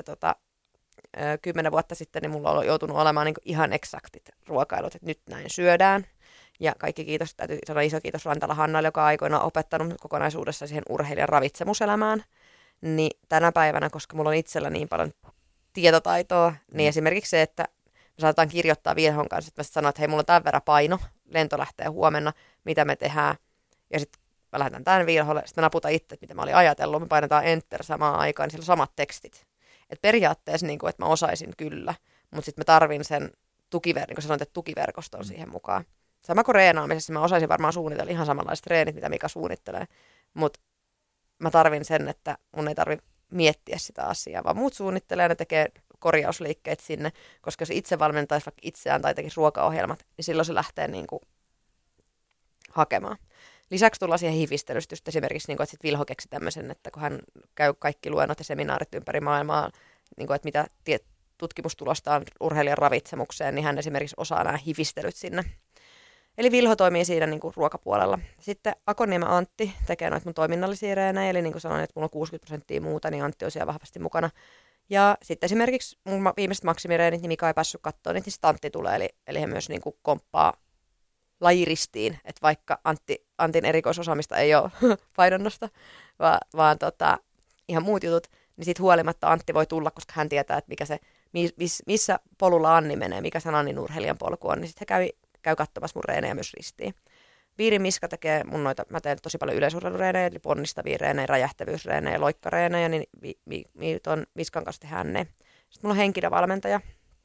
10 vuotta sitten, niin mulla on joutunut olemaan niin kuin ihan eksaktit ruokailut, että nyt näin syödään. Ja kaikki kiitos, täytyy sanoa iso kiitos Rantala Hannalle, joka on aikoinaan opettanut kokonaisuudessa siihen urheilijan ravitsemuselämään. Niin tänä päivänä, koska mulla on itsellä niin paljon tietotaitoa, niin esimerkiksi se, että me saatetaan kirjoittaa Vilhon kanssa, että mä sanon, että hei, mulla on tämän verran paino, lento lähtee huomenna, mitä me tehdään. Ja sitten mä lähetän tämän Vilholle, sitten mä naputan itse, että mitä mä olin ajatellut, me painetaan enter samaan aikaan, niin siellä on samat tekstit. Et periaatteessa, niin kuin, että mä osaisin kyllä, mutta sitten mä tarvin sen niin kuin sanoit, että tukiverkoston siihen mukaan. Sama kuin reenaamisessa, mä osaisin varmaan suunnitella ihan samanlaiset treenit, mitä Mika suunnittelee, mutta mä tarvin sen, että mun ei tarvi miettiä sitä asiaa, vaan muut suunnittelee ja ne tekee korjausliikkeet sinne, koska jos itse valmentaisi vaikka itseään tai tekisi ruokaohjelmat, niin silloin se lähtee niin kuin hakemaan. Lisäksi tullaan siihen hifistelystä just esimerkiksi, niin kuin, että sit Vilho keksi tämmöisen, että kun hän käy kaikki luennot ja seminaarit ympäri maailmaa, niin kuin, että mitä tutkimustulosta on urheilijan ravitsemukseen, niin hän esimerkiksi osaa nämä hifistelyt sinne. Eli Vilho toimii siinä niin kuin ruokapuolella. Sitten Akonniemen Antti tekee noita mun toiminnallisia reenejä, eli niin kuin sanoin, että mulla on 60% muuta, niin Antti on siellä vahvasti mukana. Ja sitten esimerkiksi mun viimeiset maksimireenit, niin Mika ei päässyt katsoa, niin sitten Antti tulee, eli he myös niin kuin komppaa lajiristiin, että vaikka Antin erikoisosaamista ei ole painonnosta, vaan ihan muut jutut, niin siitä huolimatta Antti voi tulla, koska hän tietää, että mikä se, missä polulla Anni menee, mikä sen Annin urheilijan polku on, niin sitten he käy katsomassa mun reenejä myös ristiin. Viirin Miska tekee mun noita, mä teen tosi paljon yleisurheilureenejä, eli ponnistavia reenejä, räjähtävyysreenejä, loikkareenejä, niin ton Miskan kanssa tehdään ne. Sitten mulla on henkilövalmentaja,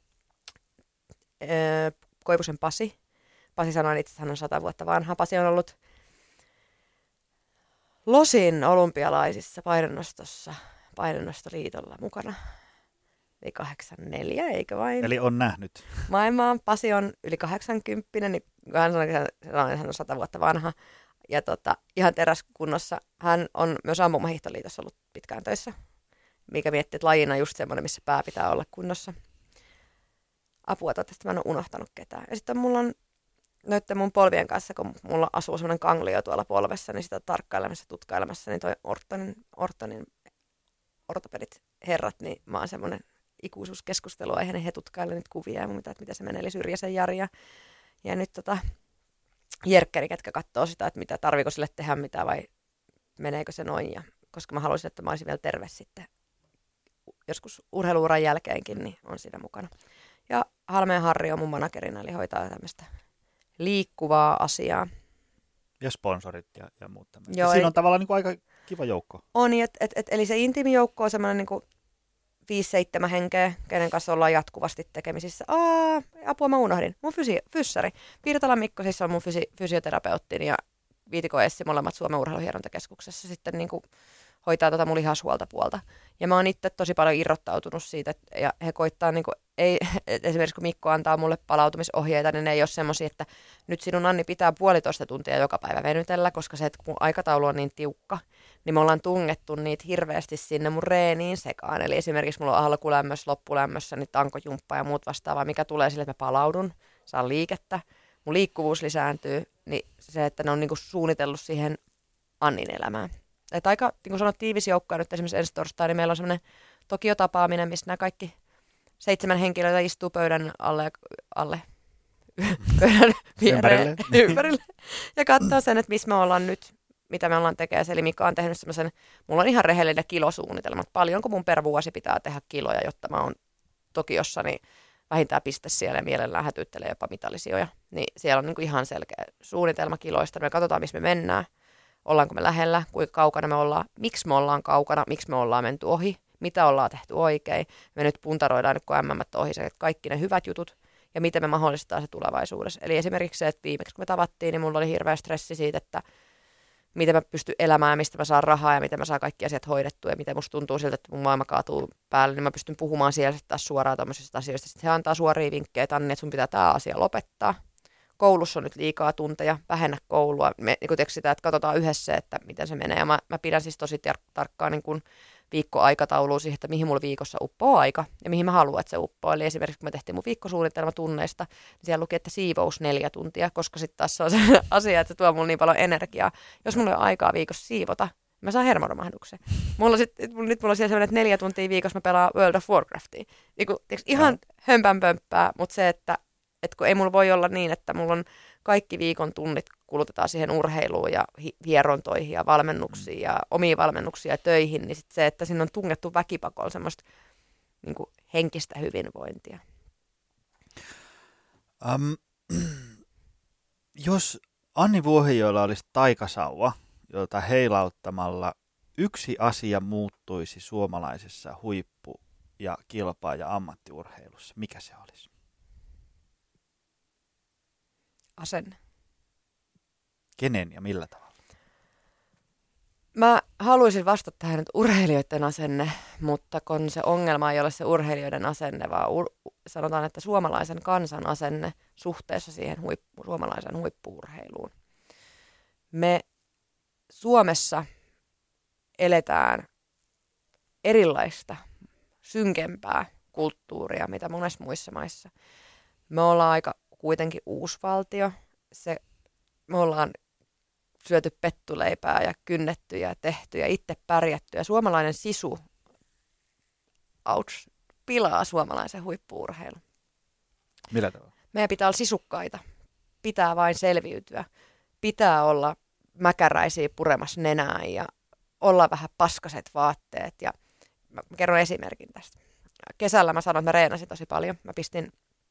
Koivusen Pasi. Pasi sanoi itse, että hän on 100 vuotta vanha. Pasi on ollut Losin olympialaisissa painonnostoliitolla mukana. Eli 84, eikö vain? Eli on nähnyt. Maailmaa. Pasi on yli 80, niin hän sanoi, että hän on 100 vuotta vanha. Ja ihan teräskunnossa. Hän on myös Ampumahiihtoliitossa ollut pitkään töissä, mikä miettii, että lajina just semmoinen, missä pää pitää olla kunnossa. Apua, toivottavasti mä en ole unohtanut ketään. Ja sitten mulla on noitten mun polvien kanssa, kun mulla asuu semmoinen kanglio tuolla polvessa, niin sitä tarkkailemassa, tutkailemassa, niin toi ortopedit herrat, niin mä oon semmoinen ikuisuuskeskusteluaihe, niin he tutkailee niitä kuvia ja muuta, että mitä se menee, eli Syrjäsen Jari ja nyt Jerkkeri, ketkä katsoo sitä, että mitä tarviiko sille tehdä mitä vai meneekö se noin, ja koska mä haluaisin, että mä olisin vielä terve sitten joskus urheiluuran jälkeenkin, niin on siinä mukana. Ja Halmeen Harri on mun managerina, eli hoitaa tämmöistä liikkuvaa asiaa. Ja sponsorit ja muut tämmöistä. Joo, Siinä on tavallaan niin kuin aika kiva joukko. On, eli se intiimijoukko on semmoinen niin 5-7 henkeä, kenen kanssa ollaan jatkuvasti tekemisissä. Apua, mä unohdin. Mun fyssari. Piirtalan Mikko siis on mun fysioterapeuttini ja Viitiko Essi, molemmat Suomen urheiluhierontakeskuksessa sitten niin kuin hoitaa mun lihashuoltopuolta. Ja mä oon itse tosi paljon irrottautunut siitä, ja he koittaa, niin kuin, ei, esimerkiksi kun Mikko antaa mulle palautumisohjeita, niin ne ei ole semmoisia, että nyt sinun Anni pitää 1,5 tuntia joka päivä venytellä, koska se, että kun aikataulu on niin tiukka, niin me ollaan tungettu niitä hirveästi sinne mun reeniin sekaan. Eli esimerkiksi mulla on alkulämmössä, loppulämmössä, niin tankojumppa ja muut vastaavaa, mikä tulee sille, että mä palaudun, saan liikettä, mun liikkuvuus lisääntyy, niin se, että ne on niin kuin suunnitellut siihen Annin elämään. Että aika, niin kuin sanoit, tiivis joukkoa nyt esimerkiksi ensi torstaina, niin meillä on semmoinen Tokio-tapaaminen, missä nämä kaikki 7 henkilöitä istuu pöydän alle pöydän viereen ympärille ja katsoo sen, että missä me ollaan nyt, mitä me ollaan tekemässä. Eli Mika on tehnyt semmoisen, mulla on ihan rehellinen kilosuunnitelma, että paljonko mun per vuosi pitää tehdä kiloja, jotta mä oon Tokiossa, niin vähintään piste siellä ja mielellään hätyyttelee jopa mitallisijoja. Niin siellä on niin kuin ihan selkeä suunnitelma kiloista, me katsotaan, missä me mennään. Ollaanko me lähellä, kuinka kaukana me ollaan, miksi me ollaan kaukana, miksi me ollaan menty ohi, mitä ollaan tehty oikein. Me nyt puntaroidaan nyt, kun MM ohi, se, kaikki ne hyvät jutut ja miten me mahdollistaa se tulevaisuudessa. Eli esimerkiksi se, että viimeksi kun me tavattiin, niin mulla oli hirveä stressi siitä, että miten mä pystyn elämään, mistä mä saan rahaa ja miten mä saan kaikki asiat hoidettua ja miten musta tuntuu siltä, että mun maailma kaatuu päälle, niin mä pystyn puhumaan siellä sitten taas suoraan tommosista asioista. Sitten he antaa suoria vinkkejä, että Anni, että sun pitää tämä asia lopettaa. Koulussa on nyt liikaa tunteja, vähennä koulua. Me niin sitä, että katsotaan yhdessä, että miten se menee. Ja mä pidän siis tosi tarkkaan niin kuin viikkoaikataulua siihen, että mihin mulla viikossa uppoo aika ja mihin mä haluan, että se uppoo. Eli esimerkiksi kun me tehtiin mun viikkosuunnitelma tunneista, niin siellä luki, että siivous 4 tuntia, koska sitten taas se on se asia, että se tuo mulle niin paljon energiaa. Jos mulla ei ole aikaa viikossa siivota, mä saan hermoromahduksen. Nyt mulla on siellä sellainen, että 4 tuntia viikossa mä pelaan World of Warcraftia. Niin kuin, ihan hömpänpömppää, mutta se, että kun ei mulla voi olla niin, että mulla on kaikki viikon tunnit kulutetaan siihen urheiluun ja hierontoihin ja valmennuksiin ja omiin valmennuksiin ja töihin, niin sit se, että siinä on tungettu väkipakolla semmoista niin kuin henkistä hyvinvointia. Jos Anni Vuohijoella olisi taikasauva, jota heilauttamalla yksi asia muuttuisi suomalaisessa huippu- ja kilpaa- ja ammattiurheilussa, mikä se olisi? Asenne. Kenen ja millä tavalla? Mä haluaisin vastata tähän nyt urheilijoiden asenne, mutta kun se ongelma ei ole se urheilijoiden asenne, vaan sanotaan, että suomalaisen kansan asenne suhteessa siihen suomalaisen huippu-urheiluun. Me Suomessa eletään erilaista, synkempää kulttuuria, mitä monessa muissa maissa. Me ollaan aika kuitenkin uusi valtio. Me ollaan syöty pettuleipää ja kynnetty ja tehty ja itse pärjätty. Ja suomalainen sisu pilaa suomalaisen huippu-urheilun. Millä tavalla? Meidän pitää olla sisukkaita. Pitää vain selviytyä. Pitää olla mäkäräisiä puremassa nenään ja olla vähän paskaset vaatteet. Ja mä kerron esimerkin tästä. Kesällä mä sanoin, että mä reenasin tosi paljon. Mä pistin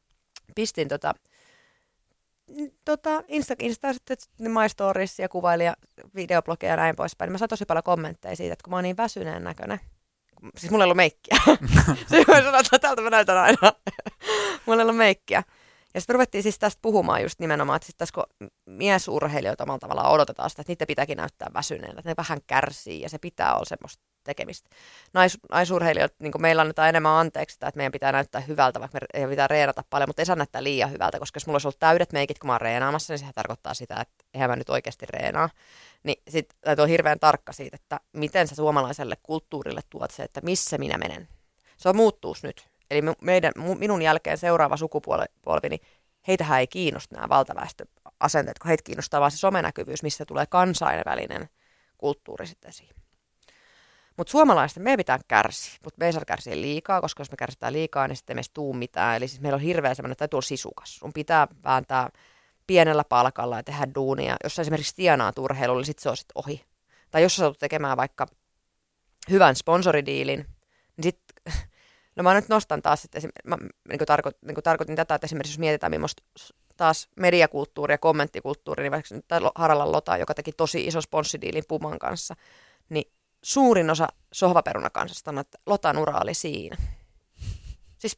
Insta sitten My Stories ja kuvailin ja videoblogeja ja näin poispäin. Mä sain tosi paljon kommentteja siitä, että kun mä oon niin väsyneen näköinen. Siis mulla ei ollut meikkiä. Se voi sanoa, että tältä mä näytän aina. Mulla ei ollut meikkiä. Ja sitten ruvettiin siis tästä puhumaan just nimenomaan, että tässä kun miesurheilijoita omalla tavallaan odotetaan sitä, että niitä pitääkin näyttää väsyneellä, että ne vähän kärsii ja se pitää olla semmoista tekemistä. Naisurheilijoita, niin meillä annetaan enemmän anteeksi, että meidän pitää näyttää hyvältä, vaikka me pitää reenata paljon, mutta ei saa näyttää liian hyvältä, koska jos mulla olisi ollut täydet meikit, kun mä oon reenaamassa, niin sehän tarkoittaa sitä, että eihän mä nyt oikeasti reenaa. Niin sit täytyy olla hirveän tarkka siitä, että miten sä suomalaiselle kulttuurille tuot se, että missä minä menen. Se on muuttuus nyt. Eli minun jälkeen seuraava sukupolvi, niin heitähän ei kiinnosta nämä valtaväestöasenteet, kun heitä kiinnostaa vaan se somenäkyvyys, missä tulee kansainvälinen kulttuuri sitten siihen. Mutta suomalaisten meidän pitää kärsiä, mutta me ei saa kärsiä liikaa, koska jos me kärsitään liikaa, niin sitten ei meistä tuu mitään. Eli siis meillä on hirveä semmoinen, että täytyy olla sisukas. Sun pitää vääntää pienellä palkalla ja tehdä duunia. Jos sä esimerkiksi tienaat urheilulla, niin sitten se on sitten ohi. Tai jos sä saat tekemään vaikka hyvän sponsoridiilin, niin sitten No mä nyt nostan taas, että tarkoitin tätä, että esimerkiksi jos mietitään, millaista taas mediakulttuuri ja kommenttikulttuuri, niin vaikka nyt Haralan Lota, joka teki tosi ison sponssidiilin Puman kanssa, niin suurin osa sohvaperunakansasta sanoi, että Lotan ura oli siinä. Siis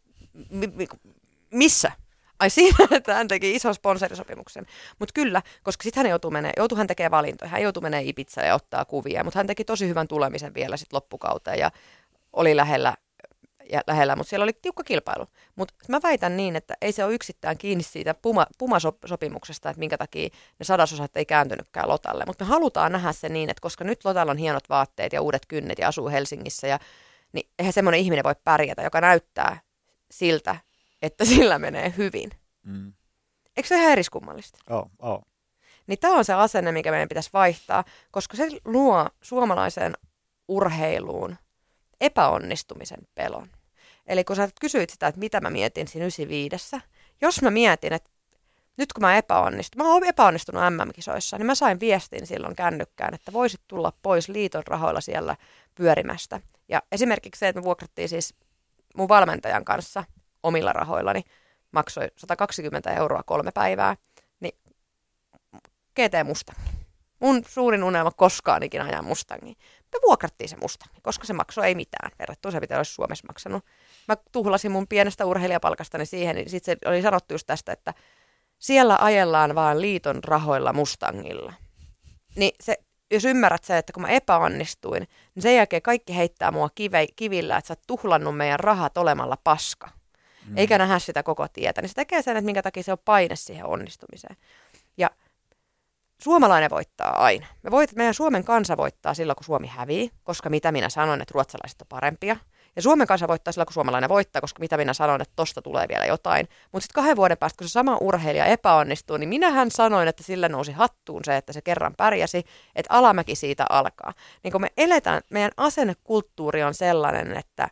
missä? Ai siinä, että hän teki ison sponsorisopimuksen. Mutta kyllä, koska sitten hän tekemään valintoja. Hän joutui menemään Ibizalle ja ottaa kuvia, mutta hän teki tosi hyvän tulemisen vielä sitten loppukauteen ja oli lähellä, mutta siellä oli tiukka kilpailu. Mutta mä väitän niin, että ei se ole yksittäin kiinni siitä Puma-sopimuksesta, että minkä takia ne 100% ei kääntynytkään Lotalle. Mutta me halutaan nähdä se niin, että koska nyt Lotalla on hienot vaatteet ja uudet kynnet ja asuu Helsingissä, niin eihän semmoinen ihminen voi pärjätä, joka näyttää siltä, että sillä menee hyvin. Eikö se ihan eriskummallista? Oh. Niin tämä on se asenne, mikä meidän pitäisi vaihtaa, koska se luo suomalaiseen urheiluun epäonnistumisen pelon. Eli kun sä kysyit sitä, että mitä mä mietin siinä 95, jos mä mietin, että nyt kun mä oon epäonnistunut MM-kisoissa, niin mä sain viestin silloin kännykkään, että voisit tulla pois liiton rahoilla siellä pyörimästä. Ja esimerkiksi se, että me vuokrattiin siis mun valmentajan kanssa omilla rahoillani, maksoi 120 € 3 päivää, niin GT Mustangi. Mun suurin unelma koskaan ikinä ajaa Mustangia. Me vuokrattiin se Mustangi, koska se maksoi ei mitään verrattuna se, mitä olisi Suomessa maksanut. Mä tuhlasin mun pienestä urheilijapalkastani siihen, niin sitten se oli sanottu just tästä, että siellä ajellaan vaan liiton rahoilla Mustangilla. Niin se, jos ymmärrät se, että kun mä epäonnistuin, niin sen jälkeen kaikki heittää mua kivillä, että sä oot tuhlannut meidän rahat olemalla paska. Eikä nähdä sitä koko tietä. Niin se tekee sen, että minkä takia se on paine siihen onnistumiseen. Ja suomalainen voittaa aina. Meidän Suomen kansa voittaa silloin, kun Suomi hävii, koska mitä minä sanon, että ruotsalaiset on parempia. Ja Suomen kansa voittaa silloin, kun suomalainen voittaa, koska mitä minä sanon, että tosta tulee vielä jotain. Mutta sitten 2 vuoden päästä, kun se sama urheilija epäonnistuu, niin minähän sanoin, että sillä nousi hattuun se, että se kerran pärjäsi, että alamäki siitä alkaa. Niin kun me eletään, meidän asennekulttuuri on sellainen, että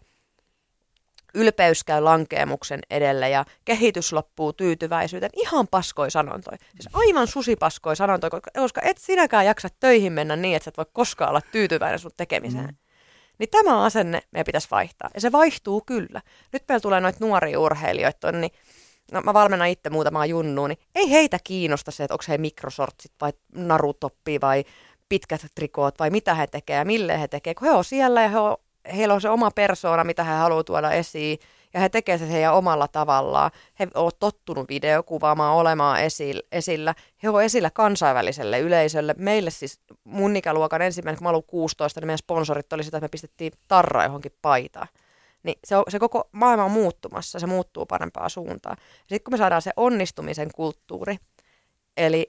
ylpeys käy lankeemuksen edelle ja kehitys loppuu tyytyväisyyteen. Ihan paskoi sanontoja. Siis aivan susipaskoi sanontoja, koska et sinäkään jaksa töihin mennä niin, että sä et voi koskaan olla tyytyväinen sun tekemiseen. Niin tämä asenne meidän pitäisi vaihtaa. Ja se vaihtuu kyllä. Nyt meillä tulee noita nuoria urheilijoita, niin mä valmennan itse muutamaa junnua, niin ei heitä kiinnosta se, että onko he mikrosortsit vai narutoppi vai pitkät trikoot vai mitä he tekee ja mille he tekee. Kun he on siellä ja heillä on se oma persoona, mitä he haluaa tuoda esiin, ja he tekevät se heidän omalla tavallaan. He ovat tottunut videokuvaamaan, olemaan esillä. He ovat esillä kansainväliselle yleisölle. Meille siis mun ikäluokan ensimmäinen, kun mä olin 16, niin meidän sponsorit oli sitä, että me pistettiin tarra johonkin paitaan. Niin se koko maailma on muuttumassa, se muuttuu parempaan suuntaan. Sitten kun me saadaan se onnistumisen kulttuuri, eli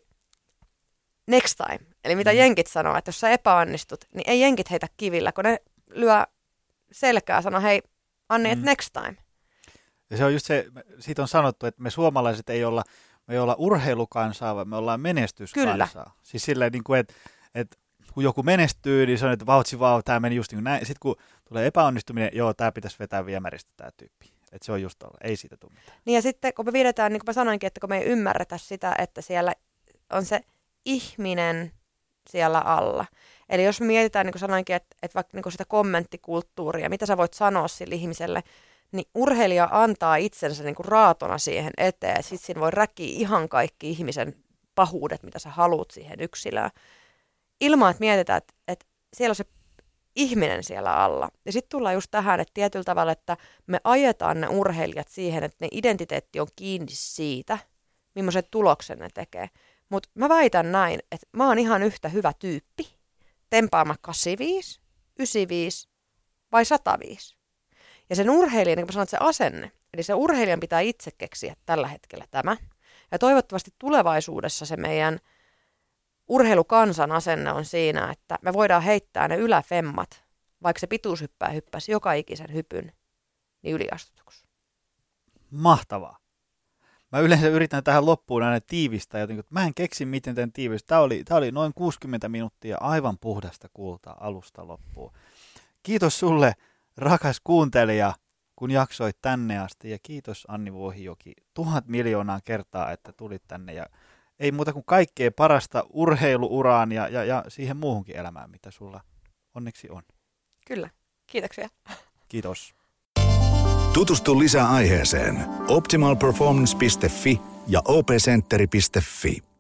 next time, eli mitä jenkit sanoo, että jos sä epäonnistut, niin ei jenkit heitä kivillä, kun ne lyö selkää, sanoo hei Anni, että next time. Ja se on just se, siitä on sanottu, että me suomalaiset me ei olla urheilukansaa, vaan me ollaan menestyskansaa. Kyllä. Siis silleen, niin kuin, että kun joku menestyy, niin se on, että tämä meni just niin kuin näin. Sitten kun tulee epäonnistuminen, tämä pitäisi vetää viemäristä tämä tyyppi. Että se on just olla, ei siitä tule mitään. Niin ja sitten kun me vedetään, niin kuin mä sanoinkin, että kun me ei ymmärretä sitä, että siellä on se ihminen siellä alla. Eli jos me mietitään, niin kuin sanoinkin, että vaikka niin sitä kommenttikulttuuria, mitä sä voit sanoa sille ihmiselle, niin urheilija antaa itsensä niin kuin raatona siihen eteen. Sitten siinä voi räkiä ihan kaikki ihmisen pahuudet, mitä sä haluat siihen yksilöön. Ilman, että mietitään, että siellä on se ihminen siellä alla. Ja sitten tullaan just tähän, että tietyllä tavalla, että me ajetaan ne urheilijat siihen, että ne identiteetti on kiinni siitä, millaisen tuloksen ne tekee. Mutta mä väitän näin, että mä oon ihan yhtä hyvä tyyppi, tempaama 85, 95 vai 105. Ja sen urheilijan, niin kuin mä sanoin, se asenne, eli se urheilijan pitää itse keksiä tällä hetkellä tämä. Ja toivottavasti tulevaisuudessa se meidän urheilukansan asenne on siinä, että me voidaan heittää ne yläfemmat, vaikka se pituushyppää hyppäisi joka ikisen hypyn, niin yliastutuksi. Mahtavaa. Mä yleensä yritän tähän loppuun aina tiivistää jotenkin, että mä en keksi miten tämän tiivistää. Tämä oli noin 60 minuuttia aivan puhdasta kultaa alusta loppuun. Kiitos sulle, rakas kuuntelija, kun jaksoit tänne asti, ja kiitos Anni Vuohijoki 1000 miljoonaa kertaa, että tulit tänne, ja ei muuta kuin kaikkea parasta urheiluuraan ja siihen muuhunkin elämään, mitä sulla onneksi on. Kyllä, kiitoksia. Kiitos. Tutustu lisää aiheeseen optimalperformance.fi ja opcenteri.fi.